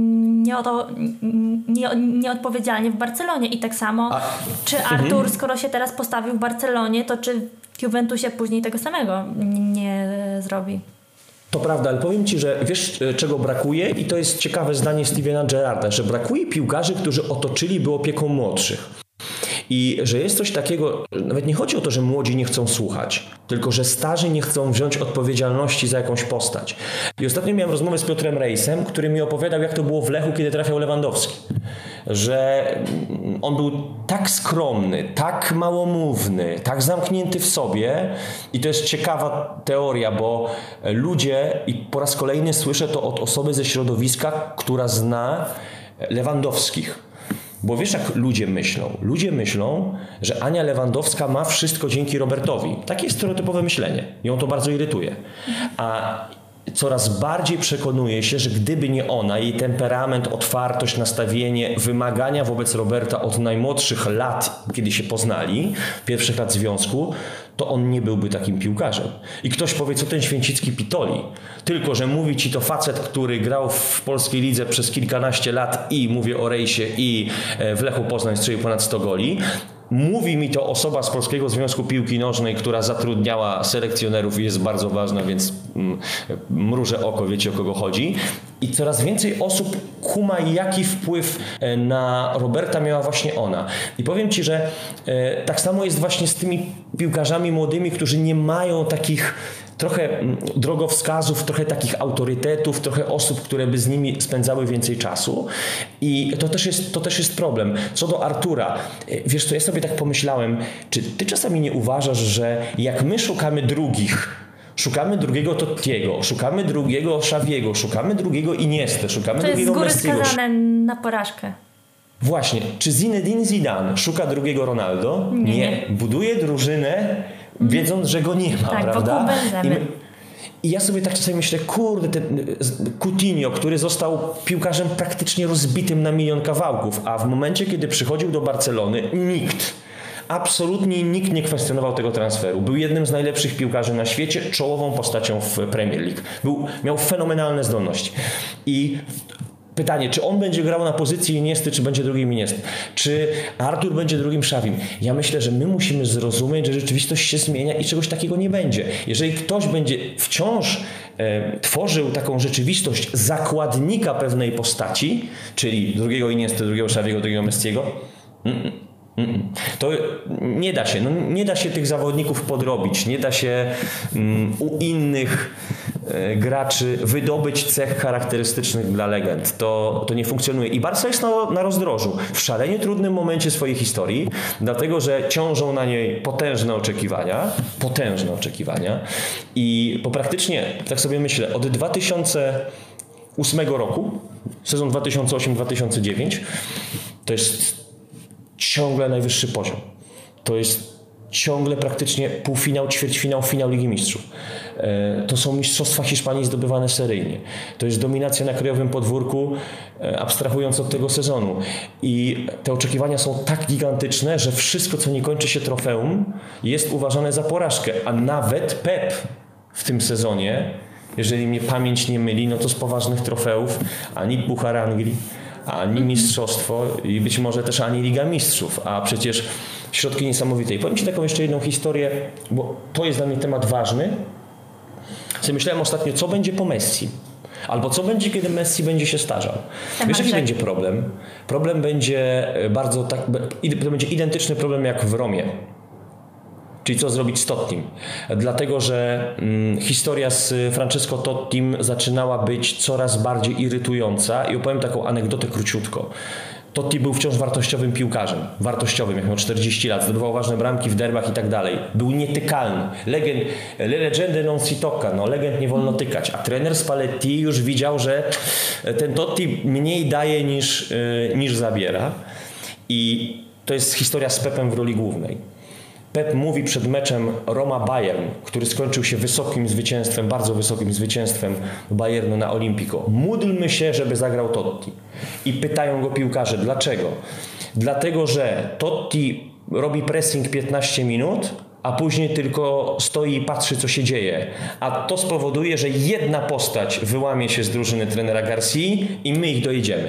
nieodpowiedzialnie w Barcelonie. I tak samo, czy Artur, skoro się teraz postawił w Barcelonie, to czy w Juventusie później tego samego nie zrobi? To prawda, ale powiem Ci, że wiesz, czego brakuje i to jest ciekawe zdanie Stevena Gerrarda, że brakuje piłkarzy, którzy otoczyliby opieką młodszych. I że jest coś takiego, nawet nie chodzi o to, że młodzi nie chcą słuchać, tylko że starzy nie chcą wziąć odpowiedzialności za jakąś postać. I ostatnio miałem rozmowę z Piotrem Rejsem, który mi opowiadał, jak to było w Lechu, kiedy trafiał Lewandowski. Że on był tak skromny, tak małomówny, tak zamknięty w sobie i to jest ciekawa teoria, bo ludzie, i po raz kolejny słyszę to od osoby ze środowiska, która zna Lewandowskich. Bo wiesz, jak ludzie myślą? Ludzie myślą, że Ania Lewandowska ma wszystko dzięki Robertowi. Takie jest stereotypowe myślenie. Ją to bardzo irytuje. A coraz bardziej przekonuje się, że gdyby nie ona, jej temperament, otwartość, nastawienie, wymagania wobec Roberta od najmłodszych lat, kiedy się poznali, pierwszych lat związku, to on nie byłby takim piłkarzem. I ktoś powie, co ten Święcicki pitoli. Tylko, że mówi ci to facet, który grał w polskiej lidze przez kilkanaście lat i mówię o Rejsie i w Lechu Poznań strzelił ponad 100 goli. Mówi mi to osoba z Polskiego Związku Piłki Nożnej, która zatrudniała selekcjonerów i jest bardzo ważna, więc mrużę oko, wiecie o kogo chodzi. I coraz więcej osób kuma, jaki wpływ na Roberta miała właśnie ona. I powiem ci, że tak samo jest właśnie z tymi piłkarzami młodymi, którzy nie mają takich trochę drogowskazów, trochę takich autorytetów, trochę osób, które by z nimi spędzały więcej czasu. I to też jest problem. Co do Artura, wiesz co, ja sobie tak pomyślałem, czy ty czasami nie uważasz, że jak my szukamy szukamy drugiego Tottiego, szukamy drugiego Xaviego, szukamy drugiego Iniestę, szukamy drugiego Messiego. To jest z góry skazane na porażkę. Właśnie. Czy Zinedine Zidane szuka drugiego Ronaldo? Nie. Buduje drużynę, wiedząc, że go nie ma, tak, prawda? Wokół I ja sobie tak czasami myślę, kurde, ten Coutinho, który został piłkarzem praktycznie rozbitym na milion kawałków, a w momencie, kiedy przychodził do Barcelony, absolutnie nikt nie kwestionował tego transferu. Był jednym z najlepszych piłkarzy na świecie, czołową postacią w Premier League. Miał fenomenalne zdolności. I pytanie, czy on będzie grał na pozycji Iniesty, czy będzie drugim Iniesty? Czy Artur będzie drugim Xavim? Ja myślę, że my musimy zrozumieć, że rzeczywistość się zmienia i czegoś takiego nie będzie. Jeżeli ktoś będzie wciąż tworzył taką rzeczywistość zakładnika pewnej postaci, czyli drugiego Iniesty, drugiego Xaviego, drugiego Messiego, to nie da się tych zawodników podrobić, nie da się u innych graczy wydobyć cech charakterystycznych dla legend. To nie funkcjonuje. I Barca jest na rozdrożu, w szalenie trudnym momencie swojej historii, dlatego że ciążą na niej potężne oczekiwania i po praktycznie, tak sobie myślę, od 2008 roku, sezon 2008-2009, to jest ciągle najwyższy poziom. To jest ciągle praktycznie półfinał, ćwierćfinał, finał Ligi Mistrzów. To są mistrzostwa Hiszpanii zdobywane seryjnie. To jest dominacja na krajowym podwórku, abstrahując od tego sezonu. I te oczekiwania są tak gigantyczne, że wszystko, co nie kończy się trofeum, jest uważane za porażkę. A nawet Pep w tym sezonie, jeżeli mnie pamięć nie myli, no to z poważnych trofeów ani Puchar Anglii, ani mistrzostwo i być może też ani Liga Mistrzów, a przecież środki niesamowite. I powiem ci taką jeszcze jedną historię, bo to jest dla mnie temat ważny. Sobie myślałem ostatnio, co będzie po Messi. Albo co będzie, kiedy Messi będzie się starzał. Wiesz, jaki będzie problem? Problem będzie to będzie identyczny problem jak w Romie. Czyli co zrobić z Tottim. Dlatego, że historia z Francesco Tottim zaczynała być coraz bardziej irytująca i opowiem taką anegdotę króciutko. Totti był wciąż wartościowym piłkarzem. Jak miał 40 lat, zdobywał ważne bramki w derbach i tak dalej. Był nietykalny. Legende non si tocca, legend nie wolno tykać. A trener Spalletti już widział, że ten Totti mniej daje niż zabiera. I to jest historia z Pepem w roli głównej. Pep mówi przed meczem Roma-Bayern, który skończył się bardzo wysokim zwycięstwem Bayernu na Olimpico. Módlmy się, żeby zagrał Totti. I pytają go piłkarze, dlaczego? Dlatego, że Totti robi pressing 15 minut, a później tylko stoi i patrzy, co się dzieje. A to spowoduje, że jedna postać wyłamie się z drużyny trenera Garcii i my ich dojedziemy.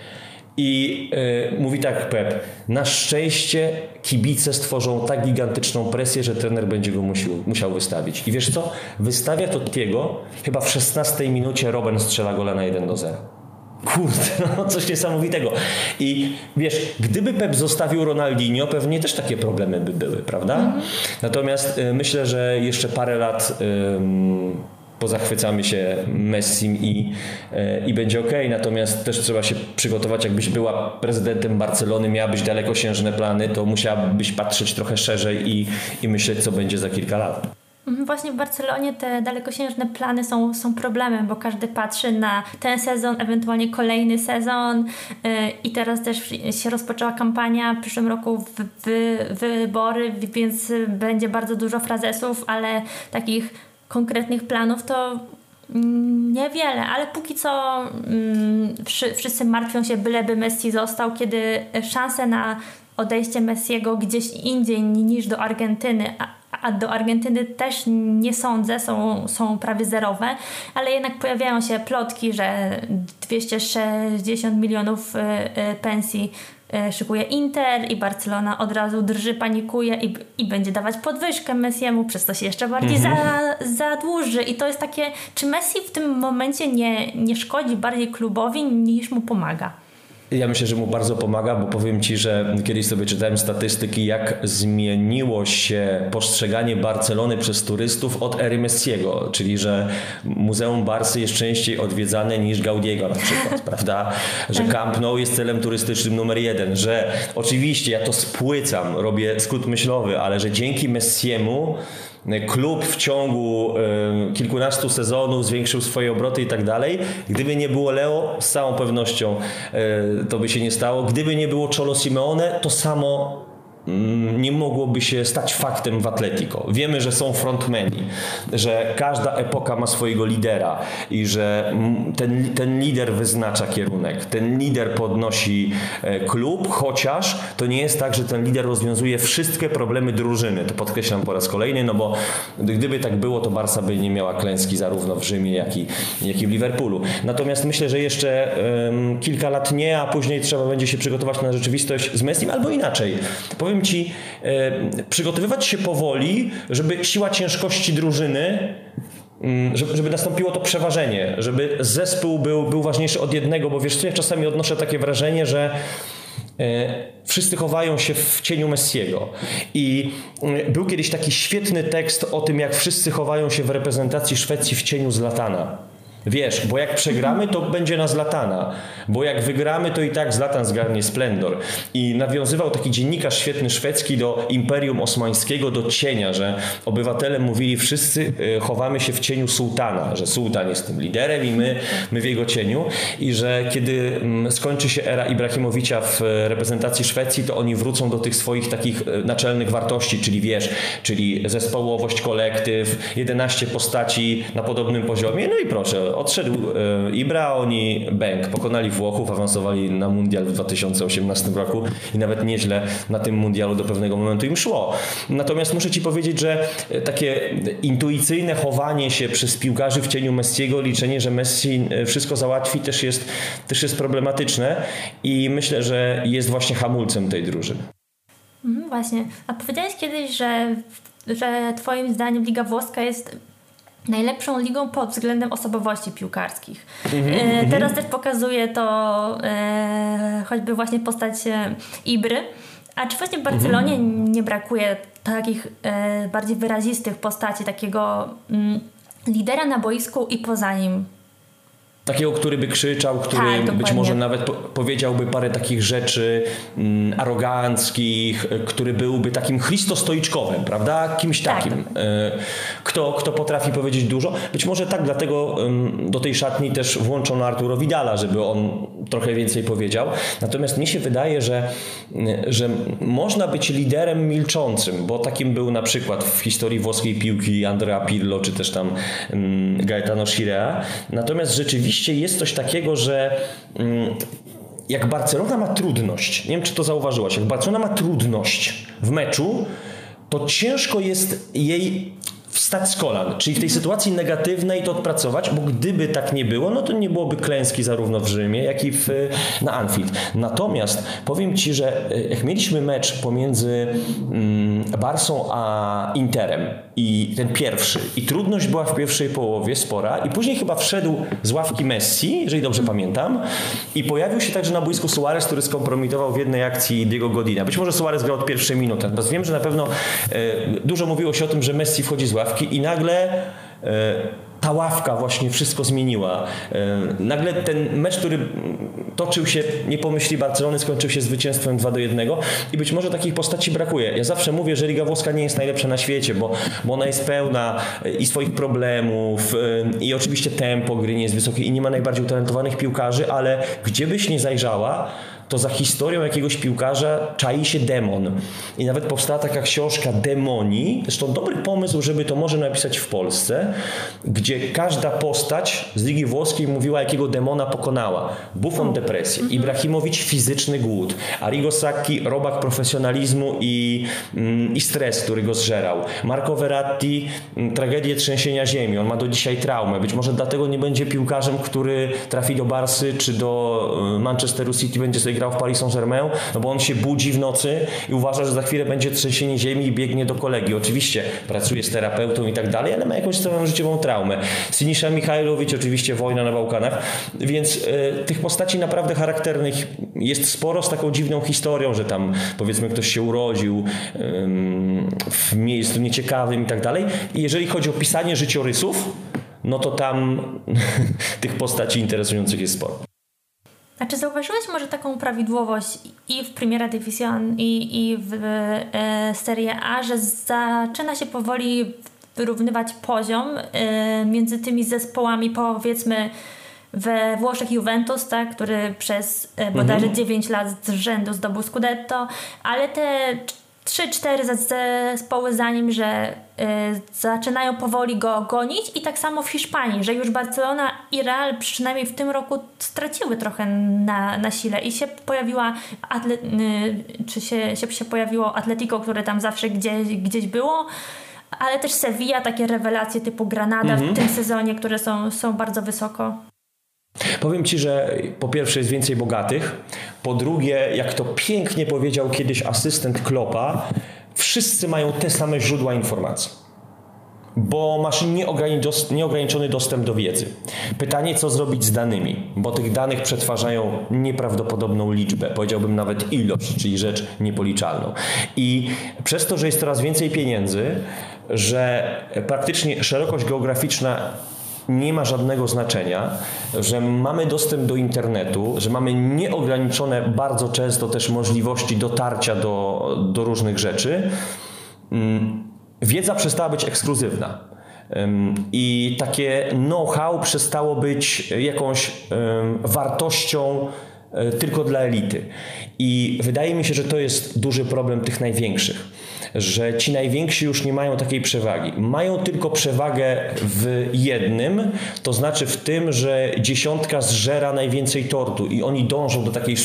I mówi tak Pep, na szczęście kibice stworzą tak gigantyczną presję, że trener będzie go musiał wystawić. I wiesz co? Wystawia Tottiego, chyba w 16 minucie Robben strzela gola na 1-0. Kurde, coś niesamowitego. I wiesz, gdyby Pep zostawił Ronaldinho, pewnie też takie problemy by były, prawda? Natomiast myślę, że jeszcze parę lat pozachwycamy się Messim i będzie okej. Natomiast też trzeba się przygotować, jakbyś była prezydentem Barcelony, miałabyś dalekosiężne plany, to musiałabyś patrzeć trochę szerzej i myśleć, co będzie za kilka lat. Właśnie w Barcelonie te dalekosiężne plany są problemem, bo każdy patrzy na ten sezon, ewentualnie kolejny sezon i teraz też się rozpoczęła kampania, w przyszłym roku wybory, więc będzie bardzo dużo frazesów, ale takich konkretnych planów to Niewiele, ale póki co wszyscy martwią się, byleby Messi został, kiedy szanse na odejście Messiego gdzieś indziej niż do Argentyny, a do Argentyny też nie sądzę, są prawie zerowe, ale jednak pojawiają się plotki, że 260 milionów pensji szykuje Inter i Barcelona od razu drży, panikuje i będzie dawać podwyżkę Messiemu, przez to się jeszcze bardziej zadłuży. I to jest takie, czy Messi w tym momencie nie szkodzi bardziej klubowi niż mu pomaga? Ja myślę, że mu bardzo pomaga, bo powiem Ci, że kiedyś sobie czytałem statystyki, jak zmieniło się postrzeganie Barcelony przez turystów od ery Messiego, czyli że Muzeum Barsy jest częściej odwiedzane niż Gaudiego na przykład, prawda? Że Camp Nou jest celem turystycznym numer 1, że oczywiście ja to spłycam, robię skrót myślowy, ale że dzięki Messiemu klub w ciągu kilkunastu sezonów zwiększył swoje obroty i tak dalej. Gdyby nie było Leo, z całą pewnością to by się nie stało. Gdyby nie było Cholo Simeone, to samo nie mogłoby się stać faktem w Atletico. Wiemy, że są frontmeni, że każda epoka ma swojego lidera i że ten lider wyznacza kierunek, ten lider podnosi klub, chociaż to nie jest tak, że ten lider rozwiązuje wszystkie problemy drużyny. To podkreślam po raz kolejny, no bo gdyby tak było, to Barsa by nie miała klęski zarówno w Rzymie, jak i w Liverpoolu. Natomiast myślę, że jeszcze kilka lat nie, a później trzeba będzie się przygotować na rzeczywistość z Messim, albo inaczej. Powiem Ci, przygotowywać się powoli, żeby siła ciężkości drużyny, żeby nastąpiło to przeważenie, żeby zespół był ważniejszy od jednego, bo wiesz co, ja czasami odnoszę takie wrażenie, że wszyscy chowają się w cieniu Messiego. I był kiedyś taki świetny tekst o tym, jak wszyscy chowają się w reprezentacji Szwecji w cieniu Zlatana. Wiesz, bo jak przegramy, to będzie na Zlatana, bo jak wygramy, to i tak Zlatan zgarnie splendor. I nawiązywał taki dziennikarz świetny szwedzki do Imperium Osmańskiego, do cienia, że obywatele mówili, wszyscy chowamy się w cieniu sułtana, że sułtan jest tym liderem i my w jego cieniu, i że kiedy skończy się era Ibrahimowicza w reprezentacji Szwecji, to oni wrócą do tych swoich takich naczelnych wartości, czyli wiesz, czyli zespołowość, kolektyw, 11 postaci na podobnym poziomie, no i proszę, odszedł Ibra, oni pokonali Włochów, awansowali na mundial w 2018 roku i nawet nieźle na tym mundialu do pewnego momentu im szło. Natomiast muszę Ci powiedzieć, że takie intuicyjne chowanie się przez piłkarzy w cieniu Messiego, liczenie, że Messi wszystko załatwi, też jest problematyczne i myślę, że jest właśnie hamulcem tej drużyny. Właśnie. A powiedziałeś kiedyś, że Twoim zdaniem Liga Włoska jest najlepszą ligą pod względem osobowości piłkarskich. Teraz też pokazuje to choćby właśnie postać Ibry. A czy właśnie w Barcelonie nie brakuje takich bardziej wyrazistych postaci, takiego lidera na boisku i poza nim? Takiego, który by krzyczał, który być może nawet powiedziałby parę takich rzeczy aroganckich, który byłby takim Christostoiczkowym, prawda? Kimś takim. Kto potrafi powiedzieć dużo. Być może tak, dlatego do tej szatni też włączono Arturo Vidala, żeby on trochę więcej powiedział. Natomiast mnie się wydaje, że można być liderem milczącym, bo takim był na przykład w historii włoskiej piłki Andrea Pirlo, czy też tam Gaetano Scirea. Natomiast rzeczywiście jest coś takiego, że jak Barcelona ma trudność, nie wiem, czy to zauważyłaś, jak Barcelona ma trudność w meczu, to ciężko jest jej wstać z kolan, czyli w tej sytuacji negatywnej to odpracować, bo gdyby tak nie było, no to nie byłoby klęski zarówno w Rzymie, jak i na Anfield. Natomiast powiem Ci, że jak mieliśmy mecz pomiędzy Barsą a Interem i ten pierwszy, i trudność była w pierwszej połowie spora i później chyba wszedł z ławki Messi, jeżeli dobrze pamiętam, i pojawił się także na boisku Suarez, który skompromitował w jednej akcji Diego Godina. Być może Suarez grał od pierwszej minuty, natomiast wiem, że na pewno dużo mówiło się o tym, że Messi wchodzi z ławki i nagle ta ławka właśnie wszystko zmieniła. Nagle ten mecz, który toczył się, nie pomyśli Barcelony, skończył się zwycięstwem 2-1 i być może takich postaci brakuje. Ja zawsze mówię, że Liga Włoska nie jest najlepsza na świecie, bo ona jest pełna i swoich problemów i oczywiście tempo gry nie jest wysokie i nie ma najbardziej utalentowanych piłkarzy, ale gdzie byś nie zajrzała, to za historią jakiegoś piłkarza czai się demon. I nawet powstała taka książka Demoni, zresztą dobry pomysł, żeby to może napisać w Polsce, gdzie każda postać z Ligi Włoskiej mówiła, jakiego demona pokonała. Buffon depresję, Ibrahimowicz fizyczny głód, Arrigo Sacchi robak profesjonalizmu i stres, który go zżerał. Marco Verratti tragedię trzęsienia ziemi, on ma do dzisiaj traumę. Być może dlatego nie będzie piłkarzem, który trafi do Barsy czy do Manchesteru City, będzie sobie grał w Paris Saint-Germain, no bo on się budzi w nocy i uważa, że za chwilę będzie trzęsienie ziemi i biegnie do kolegi. Oczywiście pracuje z terapeutą i tak dalej, ale ma jakąś swoją życiową traumę. Sinisa Mihajlowicz, oczywiście wojna na Bałkanach, więc tych postaci naprawdę charakternych jest sporo z taką dziwną historią, że tam powiedzmy ktoś się urodził w miejscu nieciekawym i tak dalej. I jeżeli chodzi o pisanie życiorysów, no to tam tych postaci interesujących jest sporo. A czy zauważyłeś może taką prawidłowość i w Primera División i w Serie A, że zaczyna się powoli wyrównywać poziom między tymi zespołami, powiedzmy we Włoszech Juventus, tak, który przez bodajże 9 lat z rzędu zdobył Scudetto, ale te 3-4 zespoły za nim, że zaczynają powoli go gonić i tak samo w Hiszpanii, że już Barcelona i Real przynajmniej w tym roku straciły trochę na sile i się pojawiła się pojawiło Atletico, które tam zawsze gdzieś było, ale też Sevilla, takie rewelacje typu Granada w tym sezonie, które są bardzo wysoko. Powiem Ci, że po pierwsze jest więcej bogatych, po drugie, jak to pięknie powiedział kiedyś asystent Kloppa, wszyscy mają te same źródła informacji, bo masz nieograniczony dostęp do wiedzy. Pytanie, co zrobić z danymi, bo tych danych przetwarzają nieprawdopodobną liczbę, powiedziałbym nawet ilość, czyli rzecz niepoliczalną. I przez to, że jest coraz więcej pieniędzy, że praktycznie szerokość geograficzna nie ma żadnego znaczenia, że mamy dostęp do internetu, że mamy nieograniczone bardzo często też możliwości dotarcia do różnych rzeczy, wiedza przestała być ekskluzywna. I takie know-how przestało być jakąś wartością tylko dla elity. I wydaje mi się, że to jest duży problem tych największych, że ci najwięksi już nie mają takiej przewagi. Mają tylko przewagę w jednym, to znaczy w tym, że dziesiątka zżera najwięcej tortu i oni dążą do takiej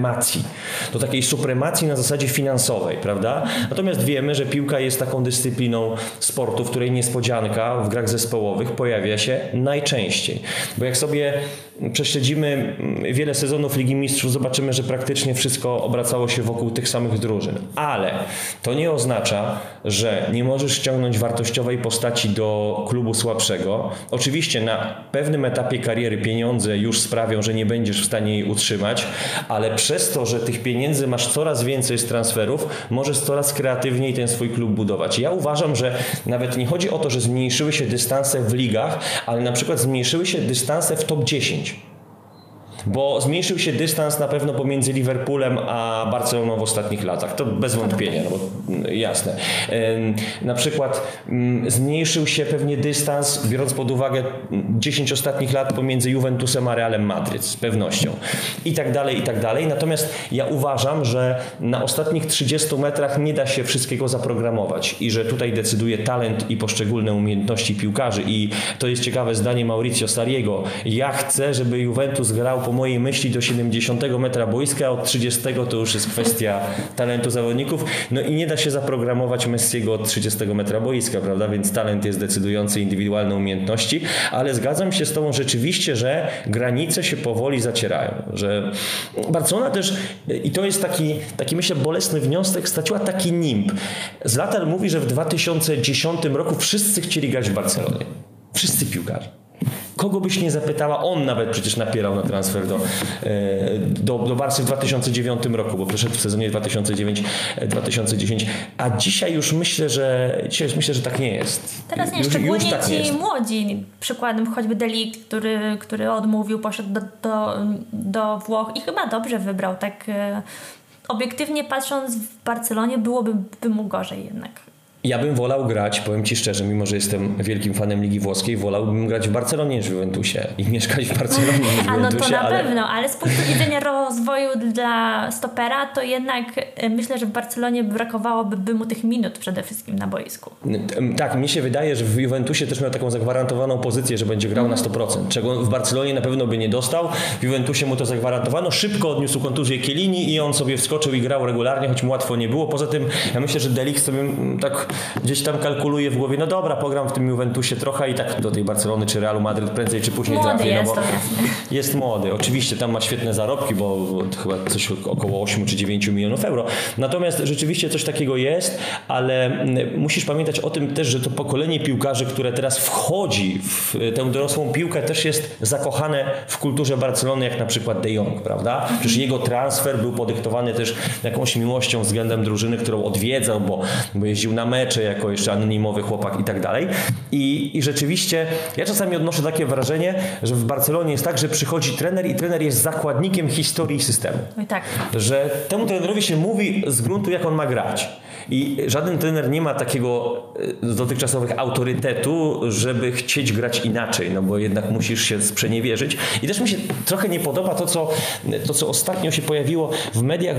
supremacji na zasadzie finansowej, prawda? Natomiast wiemy, że piłka jest taką dyscypliną sportu, w której niespodzianka w grach zespołowych pojawia się najczęściej. Bo jak sobie prześledzimy wiele sezonów Ligi Mistrzów, zobaczymy, że praktycznie wszystko obracało się wokół tych samych drużyn. Ale to nie oznacza, że nie możesz ściągnąć wartościowej postaci do klubu słabszego. Oczywiście na pewnym etapie kariery pieniądze już sprawią, że nie będziesz w stanie jej utrzymać, ale przez to, że tych pieniędzy masz coraz więcej z transferów, możesz coraz kreatywniej ten swój klub budować. Ja uważam, że nawet nie chodzi o to, że zmniejszyły się dystanse w ligach, ale na przykład zmniejszyły się dystanse w top 10. Bo zmniejszył się dystans na pewno pomiędzy Liverpoolem a Barceloną w ostatnich latach. To bez wątpienia, no bo jasne. Na przykład zmniejszył się pewnie dystans, biorąc pod uwagę 10 ostatnich lat pomiędzy Juventusem a Realem Madryt, z pewnością. I tak dalej, i tak dalej. Natomiast ja uważam, że na ostatnich 30 metrach nie da się wszystkiego zaprogramować i że tutaj decyduje talent i poszczególne umiejętności piłkarzy. I to jest ciekawe zdanie Mauricio Sarriego. Ja chcę, żeby Juventus grał po mojej myśli do 70 metra boiska, a od 30 to już jest kwestia talentu zawodników. No i nie da się zaprogramować Messiego od 30 metra boiska, prawda? Więc talent jest decydujący, indywidualne umiejętności, ale zgadzam się z Tobą rzeczywiście, że granice się powoli zacierają, że Barcelona też, i to jest taki myślę bolesny wniosek, straciła taki nimb. Zlatan mówi, że w 2010 roku wszyscy chcieli grać w Barcelonie. Wszyscy piłkarze. Kogo byś nie zapytała, on nawet przecież napierał na transfer do Barsy w 2009 roku, bo przeszedł w sezonie 2009-2010, a dzisiaj już myślę, że tak nie jest. Teraz nie, szczególnie tak ci młodzi, przykładem choćby De Ligt, który odmówił, poszedł do Włoch i chyba dobrze wybrał, tak obiektywnie patrząc w Barcelonie byłoby mu gorzej jednak. Ja bym wolał grać, powiem Ci szczerze, mimo że jestem wielkim fanem Ligi Włoskiej, wolałbym grać w Barcelonie niż w Juventusie i mieszkać w Barcelonie niż w Juventusie. No to na pewno, ale z punktu widzenia rozwoju dla stopera, to jednak myślę, że w Barcelonie brakowałoby mu tych minut przede wszystkim na boisku. Tak, mi się wydaje, że w Juventusie też miał taką zagwarantowaną pozycję, że będzie grał na 100%, czego w Barcelonie na pewno by nie dostał. W Juventusie mu to zagwarantowano, szybko odniósł kontuzję Chiellini i on sobie wskoczył i grał regularnie, choć mu łatwo nie było. Poza tym ja myślę, że De Ligt sobie tak gdzieś tam kalkuluje w głowie, no dobra, pogram w tym Juventusie trochę i tak do tej Barcelony czy Realu Madryt prędzej czy później trafię. No bo jest młody, oczywiście tam ma świetne zarobki, bo chyba coś około 8 czy 9 milionów euro. Natomiast rzeczywiście coś takiego jest, ale musisz pamiętać o tym też, że to pokolenie piłkarzy, które teraz wchodzi w tę dorosłą piłkę, też jest zakochane w kulturze Barcelony, jak na przykład De Jong, prawda? Przecież jego transfer był podyktowany też jakąś miłością względem drużyny, którą odwiedzał, bo jeździł na mecze jako jeszcze anonimowy chłopak i tak dalej. I rzeczywiście ja czasami odnoszę takie wrażenie, że w Barcelonie jest tak, że przychodzi trener i trener jest zakładnikiem historii systemu. I tak. Że temu trenerowi się mówi z gruntu, jak on ma grać. I żaden trener nie ma takiego z dotychczasowych autorytetu, żeby chcieć grać inaczej, no bo jednak musisz się sprzeniewierzyć. I też mi się trochę nie podoba to, co ostatnio się pojawiło w mediach,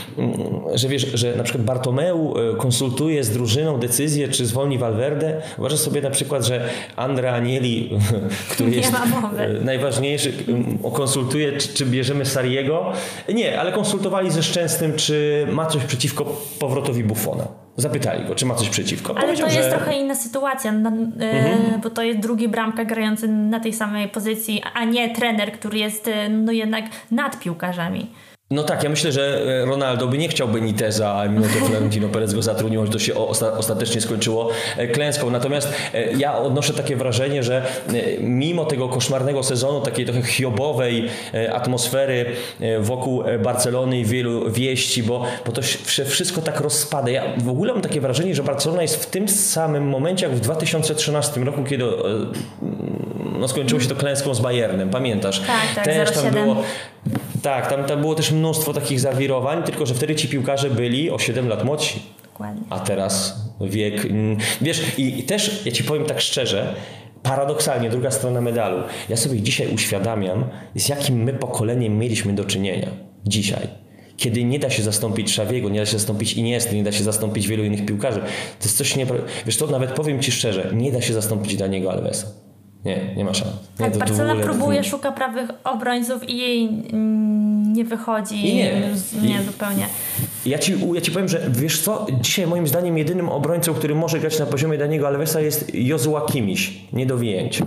że wiesz, że na przykład Bartomeu konsultuje z drużyną decyzję, czy zwolni Valverde. Uważasz sobie na przykład, że Andrea Agnelli, który jest najważniejszy, konsultuje, czy bierzemy Sarriego. Nie, ale konsultowali ze Szczęsnym, czy ma coś przeciwko powrotowi Buffona. Zapytali go, czy ma coś przeciwko. Ale to jest trochę inna sytuacja, bo to jest drugi bramka grający na tej samej pozycji, a nie trener, który jest jednak nad piłkarzami. No tak, ja myślę, że Ronaldo by nie chciał Beniteza, a mimo to Florentino Perez go zatrudnił, że to się ostatecznie skończyło klęską. Natomiast ja odnoszę takie wrażenie, że mimo tego koszmarnego sezonu, takiej trochę hiobowej atmosfery wokół Barcelony i wielu wieści, bo to się wszystko tak rozpada. Ja w ogóle mam takie wrażenie, że Barcelona jest w tym samym momencie jak w 2013 roku, kiedy skończyło się to klęską z Bayernem. Pamiętasz? Tak, też 0-7. tam było. Tak, tam było też mnóstwo takich zawirowań, tylko że wtedy ci piłkarze byli o 7 lat młodsi. Dokładnie. A teraz wiek... Wiesz, i też, ja ci powiem tak szczerze, paradoksalnie, druga strona medalu. Ja sobie dzisiaj uświadamiam, z jakim my pokoleniem mieliśmy do czynienia. Dzisiaj. Kiedy nie da się zastąpić Xaviego, nie da się zastąpić Iniesty, nie da się zastąpić wielu innych piłkarzy. To jest coś Wiesz, to nawet powiem ci szczerze, nie da się zastąpić Daniego Alvesa. Nie ma szans. Tak, Barcelona próbuje, szuka prawych obrońców i jej nie wychodzi. Nie, zupełnie. Ja ci powiem, że wiesz co, dzisiaj moim zdaniem jedynym obrońcą, który może grać na poziomie Daniego Alvesa jest Josua Kimmich. Nie do wyjęcia.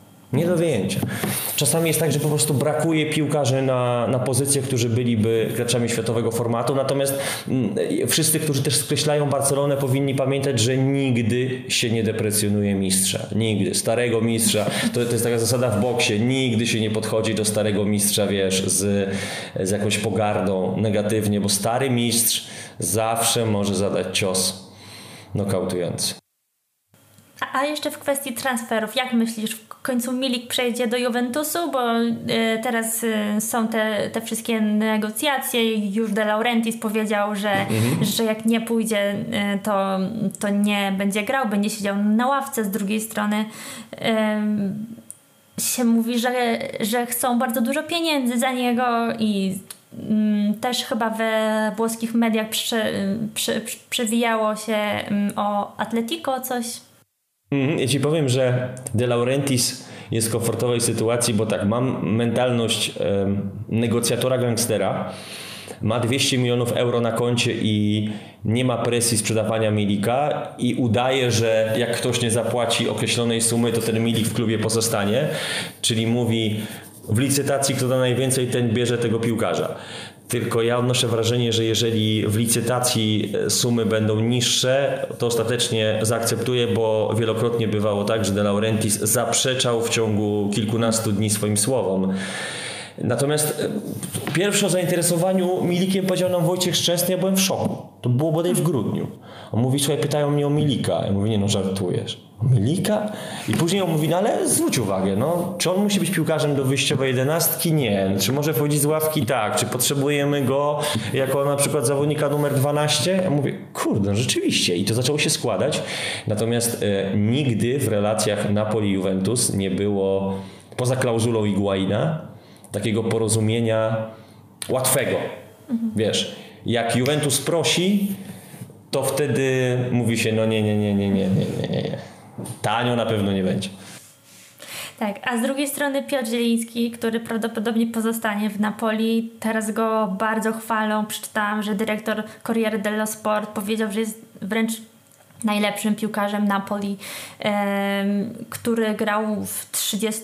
Czasami jest tak, że po prostu brakuje piłkarzy na pozycje, którzy byliby graczami światowego formatu. Natomiast wszyscy, którzy też skreślają Barcelonę, powinni pamiętać, że nigdy się nie deprecjonuje mistrza. Nigdy. Starego mistrza. To jest taka zasada w boksie. Nigdy się nie podchodzi do starego mistrza, wiesz, z jakąś pogardą negatywnie, bo stary mistrz zawsze może zadać cios nokautujący. A jeszcze w kwestii transferów, jak myślisz, w końcu Milik przejdzie do Juventusu, bo teraz są te wszystkie negocjacje, już De Laurentiis powiedział, że jak nie pójdzie, to nie będzie grał, będzie siedział na ławce. Z drugiej strony się mówi, że chcą bardzo dużo pieniędzy za niego i też chyba we włoskich mediach przewijało się o Atletico coś. Ja ci powiem, że De Laurentiis jest w komfortowej sytuacji, bo tak, mam mentalność negocjatora gangstera, ma 200 milionów euro na koncie i nie ma presji sprzedawania Milika i udaje, że jak ktoś nie zapłaci określonej sumy, to ten Milik w klubie pozostanie, czyli mówi w licytacji kto da najwięcej, ten bierze tego piłkarza. Tylko ja odnoszę wrażenie, że jeżeli w licytacji sumy będą niższe, to ostatecznie zaakceptuję, bo wielokrotnie bywało tak, że De Laurentiis zaprzeczał w ciągu kilkunastu dni swoim słowom. Natomiast pierwsze o zainteresowaniu Milikiem powiedział nam Wojciech Szczęsny, ja byłem w szoku. To było bodaj w grudniu. On mówi, słuchaj, pytają mnie o Milika. Ja mówię, nie no, żartujesz. Milika? I później on mówi, no ale zwróć uwagę, no, czy on musi być piłkarzem do wyjściowej 11? Nie. Czy może wchodzić z ławki? Tak. Czy potrzebujemy go jako na przykład zawodnika numer 12? Ja mówię, kurde, no rzeczywiście. I to zaczęło się składać. Natomiast nigdy w relacjach Napoli-Juventus nie było, poza klauzulą Higuaina, takiego porozumienia łatwego. Wiesz, jak Juventus prosi, to wtedy mówi się, no nie. Tanio na pewno nie będzie. Tak, a z drugiej strony Piotr Zieliński, który prawdopodobnie pozostanie w Napoli, teraz go bardzo chwalą. Przeczytałam, że dyrektor Corriere dello Sport powiedział, że jest wręcz najlepszym piłkarzem Napoli, który grał w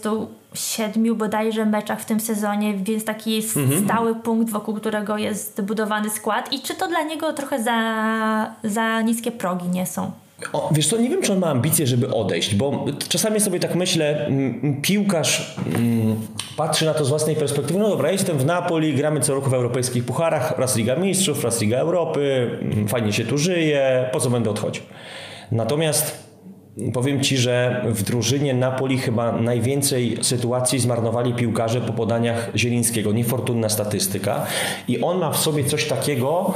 37 bodajże meczach w tym sezonie, więc taki jest stały punkt, wokół którego jest budowany skład. I czy to dla niego trochę za niskie progi nie są? Wiesz co, nie wiem, czy on ma ambicje, żeby odejść, bo czasami sobie tak myślę, piłkarz patrzy na to z własnej perspektywy, no dobra, jestem w Napoli, gramy co roku w europejskich pucharach, raz Liga Mistrzów, raz Liga Europy, fajnie się tu żyje, po co będę odchodził? Natomiast powiem Ci, że w drużynie Napoli chyba najwięcej sytuacji zmarnowali piłkarze po podaniach Zielińskiego. Niefortunna statystyka. I on ma w sobie coś takiego,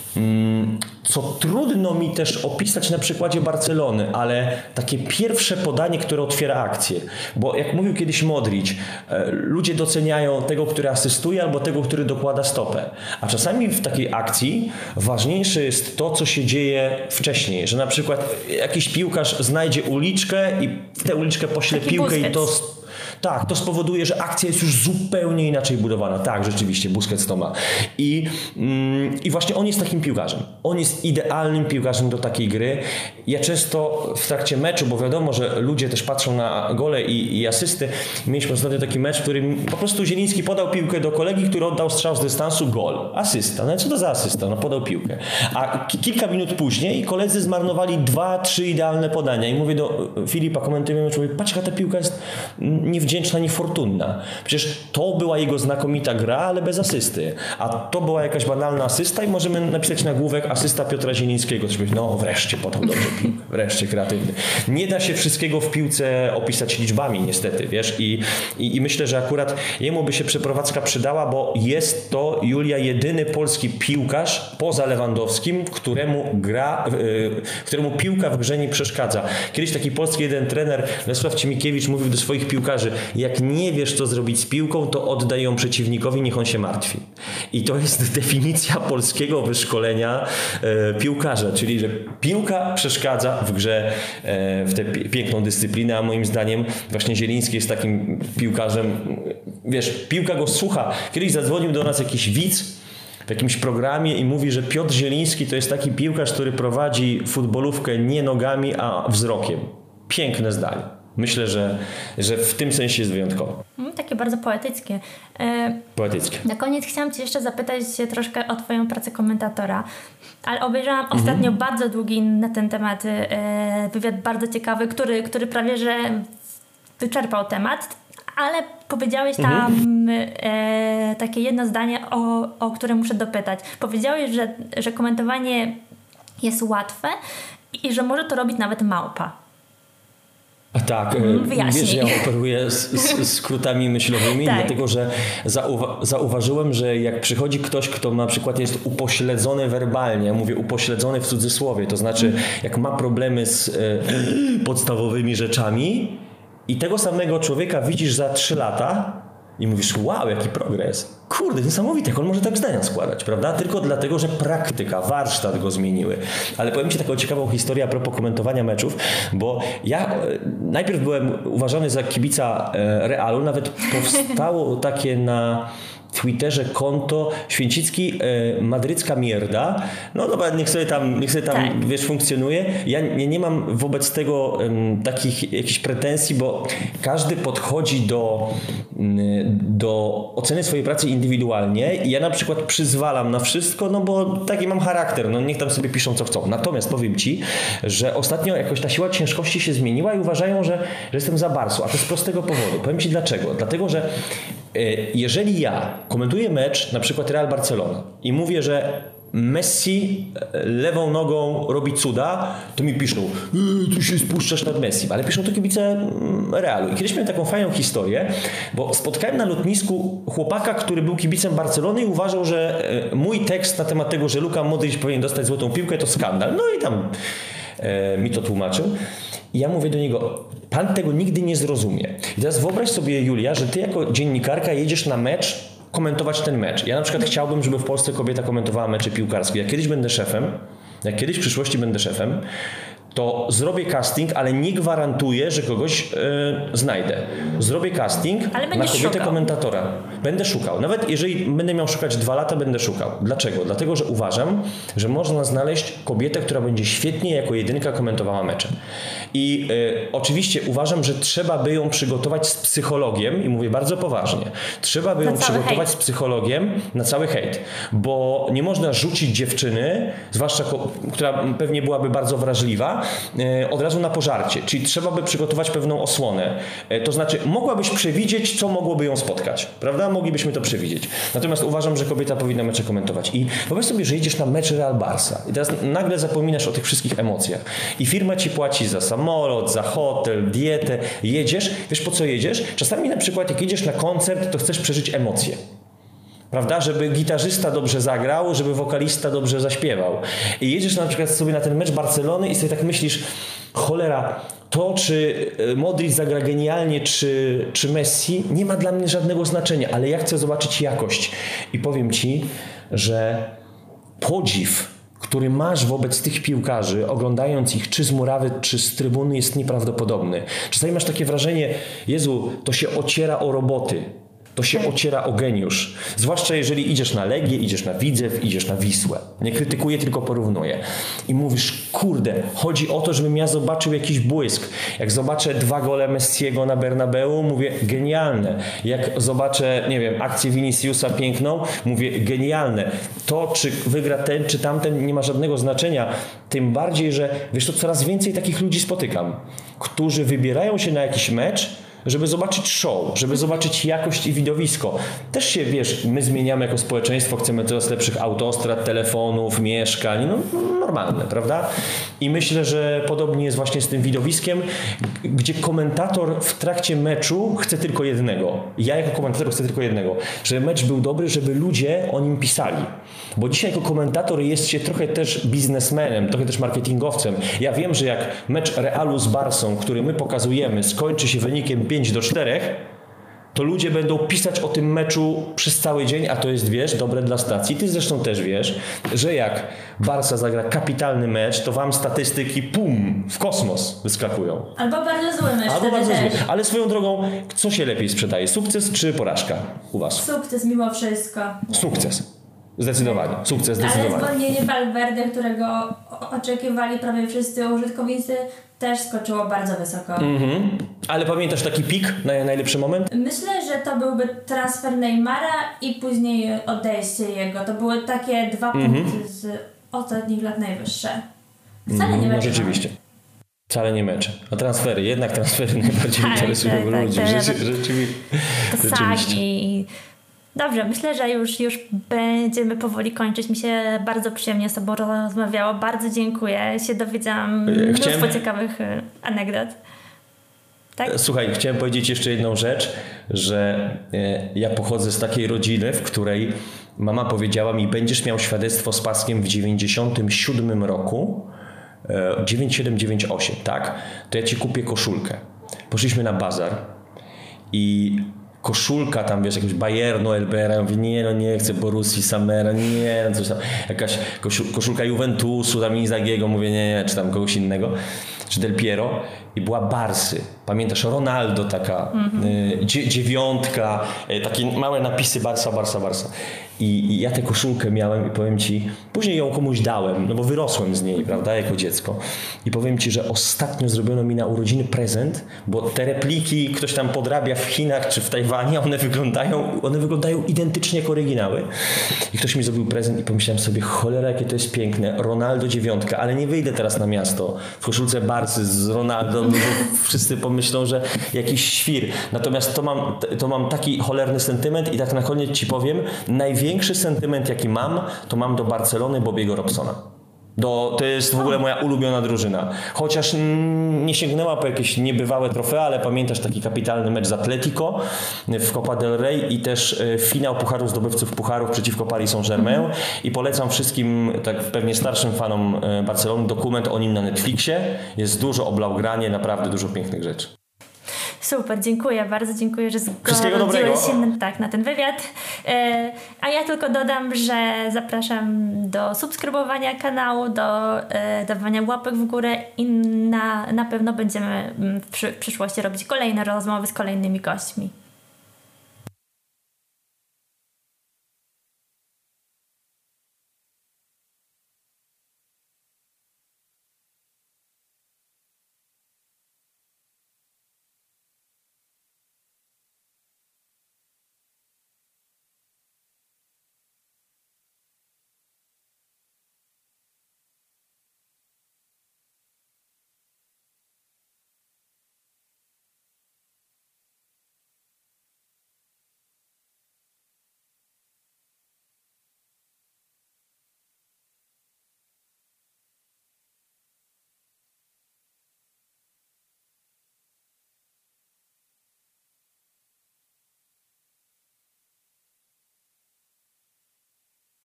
co trudno mi też opisać na przykładzie Barcelony, ale takie pierwsze podanie, które otwiera akcję. Bo jak mówił kiedyś Modric, ludzie doceniają tego, który asystuje, albo tego, który dokłada stopę. A czasami w takiej akcji ważniejsze jest to, co się dzieje wcześniej. Że na przykład jakiś piłkarz znajdzie uliczkę i w tę uliczkę pośle taki piłkę Busquets. i to... Tak, to spowoduje, że akcja jest już zupełnie inaczej budowana. Tak, rzeczywiście, Busquets to ma. I właśnie on jest takim piłkarzem. On jest idealnym piłkarzem do takiej gry. Ja często w trakcie meczu, bo wiadomo, że ludzie też patrzą na gole i asysty. Mieliśmy ostatnio taki mecz, w którym po prostu Zieliński podał piłkę do kolegi, który oddał strzał z dystansu, gol. Asysta. No co to za asysta? No podał piłkę. A kilka minut później koledzy zmarnowali 2-3 idealne podania. I mówię do Filipa, komentujemy, mówię, patrz, jaka ta piłka jest niewdzięczna, niefortunna. Przecież to była jego znakomita gra, ale bez asysty. A to była jakaś banalna asysta i możemy napisać nagłówek asysta Piotra Zielińskiego. No wreszcie podał dobrze piłkę. Wreszcie kreatywny. Nie da się wszystkiego w piłce opisać liczbami niestety, wiesz. I myślę, że akurat jemu by się przeprowadzka przydała, bo jest to, Julia, jedyny polski piłkarz poza Lewandowskim, któremu piłka w grze nie przeszkadza. Kiedyś taki polski jeden trener, Lesław Cimikiewicz, mówił do swoich piłkarzy, jak nie wiesz, co zrobić z piłką, to oddaj ją przeciwnikowi, niech on się martwi. I to jest definicja polskiego wyszkolenia piłkarza, czyli że piłka przeszkadza w grze, w tę piękną dyscyplinę, a moim zdaniem właśnie Zieliński jest takim piłkarzem, wiesz, piłka go słucha. Kiedyś zadzwonił do nas jakiś widz w jakimś programie i mówi, że Piotr Zieliński to jest taki piłkarz, który prowadzi futbolówkę nie nogami, a wzrokiem. Piękne zdanie. Myślę, że w tym sensie jest wyjątkowo. Takie bardzo poetyckie. Poetyckie. Na koniec chciałam Cię jeszcze zapytać troszkę o Twoją pracę komentatora, ale obejrzałam ostatnio bardzo długi na ten temat wywiad, bardzo ciekawy, który prawie że wyczerpał temat, ale powiedziałeś tam takie jedno zdanie, o które muszę dopytać. Powiedziałeś, że komentowanie jest łatwe i że może to robić nawet małpa. Tak, wiesz, ja operuję z skrótami myślowymi, tak. Dlatego że zauważyłem, że jak przychodzi ktoś, kto na przykład jest upośledzony werbalnie, mówię upośledzony w cudzysłowie, to znaczy jak ma problemy z podstawowymi rzeczami i tego samego człowieka widzisz za 3 lata i mówisz, wow, jaki progres. Kurde, niesamowite, jak on może tak zdania składać, prawda? Tylko dlatego, że praktyka, warsztat go zmieniły. Ale powiem Ci taką ciekawą historię a propos komentowania meczów, bo ja najpierw byłem uważany za kibica Realu, nawet powstało takie na Twitterze konto Święcicki Madrycka Mierda. No dobra, niech sobie tam tak. Wiesz, funkcjonuje. Ja nie mam wobec tego takich jakichś pretensji, bo każdy podchodzi do oceny swojej pracy indywidualnie i ja na przykład przyzwalam na wszystko, no bo taki mam charakter, no niech tam sobie piszą co chcą. Natomiast powiem Ci, że ostatnio jakoś ta siła ciężkości się zmieniła i uważają, że jestem za Barsą, a to z prostego powodu. Powiem Ci dlaczego. Dlatego, że jeżeli ja komentuję mecz, na przykład Real Barcelona i mówię, że Messi lewą nogą robi cuda, to mi piszą, tu się spuszczasz nad Messi, ale piszą to kibice Realu. I kiedyś miałem taką fajną historię, bo spotkałem na lotnisku chłopaka, który był kibicem Barcelony i uważał, że mój tekst na temat tego, że Luka Modric powinien dostać złotą piłkę, to skandal. No i tam mi to tłumaczył. I ja mówię do niego, pan tego nigdy nie zrozumie. I teraz wyobraź sobie, Julia, że ty jako dziennikarka jedziesz na mecz, komentować ten mecz. Ja na przykład chciałbym, żeby w Polsce kobieta komentowała mecze piłkarskie. Jak kiedyś będę szefem, jak kiedyś w przyszłości będę szefem, to zrobię casting, ale nie gwarantuję, że kogoś znajdę. Zrobię casting na kobietę komentatora. Będę szukał. Nawet jeżeli będę miał szukać 2 lata, będę szukał. Dlaczego? Dlatego, że uważam, że można znaleźć kobietę, która będzie świetnie jako jedynka komentowała mecze. I oczywiście uważam, że trzeba by ją przygotować z psychologiem, i mówię bardzo poważnie, trzeba by ją przygotować z psychologiem na cały hejt, bo nie można rzucić dziewczyny, zwłaszcza która pewnie byłaby bardzo wrażliwa, od razu na pożarcie, czyli trzeba by przygotować pewną osłonę. To znaczy mogłabyś przewidzieć, co mogłoby ją spotkać, prawda? Moglibyśmy to przewidzieć. Natomiast uważam, że kobieta powinna mecze komentować. I wyobraź sobie, że jedziesz na mecz Real Barça i teraz nagle zapominasz o tych wszystkich emocjach i firma ci płaci za samolot, za hotel, dietę, jedziesz, wiesz po co jedziesz? Czasami na przykład jak jedziesz na koncert, to chcesz przeżyć emocje. Prawda? Żeby gitarzysta dobrze zagrał, żeby wokalista dobrze zaśpiewał. I jedziesz na przykład sobie na ten mecz Barcelony i sobie tak myślisz, cholera, to czy Modric zagra genialnie, czy Messi, nie ma dla mnie żadnego znaczenia, ale ja chcę zobaczyć jakość. I powiem ci, że podziw, który masz wobec tych piłkarzy, oglądając ich czy z murawy, czy z trybuny, jest nieprawdopodobny. Czasami masz takie wrażenie, Jezu, to się ociera o roboty. To się ociera o geniusz. Zwłaszcza jeżeli idziesz na Legię, idziesz na Widzew, idziesz na Wisłę. Nie krytykuję, tylko porównuję. I mówisz, kurde, chodzi o to, żebym ja zobaczył jakiś błysk. Jak zobaczę 2 gole Messiego na Bernabeu, mówię, genialne. Jak zobaczę, nie wiem, akcję Viniciusa piękną, mówię, genialne. To, czy wygra ten, czy tamten, nie ma żadnego znaczenia. Tym bardziej, że wiesz, to coraz więcej takich ludzi spotykam, którzy wybierają się na jakiś mecz, żeby zobaczyć show, żeby zobaczyć jakość i widowisko. Też się, wiesz, my zmieniamy jako społeczeństwo, chcemy coraz lepszych autostrad, telefonów, mieszkań, no normalne, prawda? I myślę, że podobnie jest właśnie z tym widowiskiem, gdzie komentator w trakcie meczu chce tylko jednego. Ja jako komentator chcę tylko jednego, żeby mecz był dobry, żeby ludzie o nim pisali. Bo dzisiaj jako komentator jest się trochę też biznesmenem, trochę też marketingowcem. Ja wiem, że jak mecz Realu z Barsą, który my pokazujemy, skończy się wynikiem 5-4, to ludzie będą pisać o tym meczu przez cały dzień, a to jest, wiesz, dobre dla stacji. Ty zresztą też wiesz, że jak Barsa zagra kapitalny mecz, to wam statystyki w kosmos wyskakują. Albo bardzo zły mecz. Albo bardzo zły. Ale swoją drogą, co się lepiej sprzedaje? Sukces czy porażka u was? Sukces mimo wszystko. Sukces. Zdecydowanie. Sukces zdecydowanie. Ale zwolnienie Valverde, którego oczekiwali prawie wszyscy użytkownicy, też skoczyło bardzo wysoko. Ale pamiętasz taki pik, najlepszy moment? Myślę, że to byłby transfer Neymara i później odejście jego. To były takie 2 punkty z ostatnich lat najwyższe. Wcale nie mecze. No rzeczywiście. Wcale nie mecze. A transfery, jednak transfery najbardziej interesują ludzi. Rzeczywiście. Dobrze, myślę, że już będziemy powoli kończyć. Mi się bardzo przyjemnie z tobą rozmawiało. Bardzo dziękuję. Się dowiedziałam mnóstwo ciekawych anegdot. Tak? Słuchaj, chciałem powiedzieć jeszcze jedną rzecz, że ja pochodzę z takiej rodziny, w której mama powiedziała mi, będziesz miał świadectwo z paskiem w 97 roku, 97-98, tak? To ja ci kupię koszulkę. Poszliśmy na bazar i koszulka tam, wiesz, jakiegoś Bayernu, LBR, ja mówię, nie chcę Borussii, Samera, coś tam, jakaś koszulka Juventusu, tam Inzaghiego, mówię, nie, czy tam kogoś innego, czy Del Piero i była Barsy. Pamiętasz, Ronaldo taka, 9, takie małe napisy Barsa. I ja tę koszulkę miałem i powiem ci, później ją komuś dałem, no bo wyrosłem z niej, prawda, jako dziecko. I powiem ci, że ostatnio zrobiono mi na urodziny prezent, bo te repliki ktoś tam podrabia w Chinach czy w Tajwanie, one wyglądają identycznie jak oryginały. I ktoś mi zrobił prezent i pomyślałem sobie, cholera, jakie to jest piękne, Ronaldo 9, ale nie wyjdę teraz na miasto w koszulce Barsy z Ronaldo, bo wszyscy pomyślą, że jakiś świr. Natomiast to mam taki cholerny sentyment i tak na koniec ci powiem, najwięcej największy sentyment, jaki mam, to mam do Barcelony Bobbiego Robsona. To jest w ogóle moja ulubiona drużyna. Chociaż nie sięgnęła po jakieś niebywałe trofea, ale pamiętasz taki kapitalny mecz z Atletico w Copa del Rey i też finał Pucharu Zdobywców Pucharów przeciwko Paris Saint-Germain. I polecam wszystkim, tak pewnie starszym fanom Barcelony, dokument o nim na Netflixie. Jest dużo o Blaugranie, naprawdę dużo pięknych rzeczy. Super, dziękuję, bardzo dziękuję, że zgodziłeś się na ten wywiad. A ja tylko dodam, że zapraszam do subskrybowania kanału, do dawania łapek w górę i na pewno będziemy w przyszłości robić kolejne rozmowy z kolejnymi gośćmi.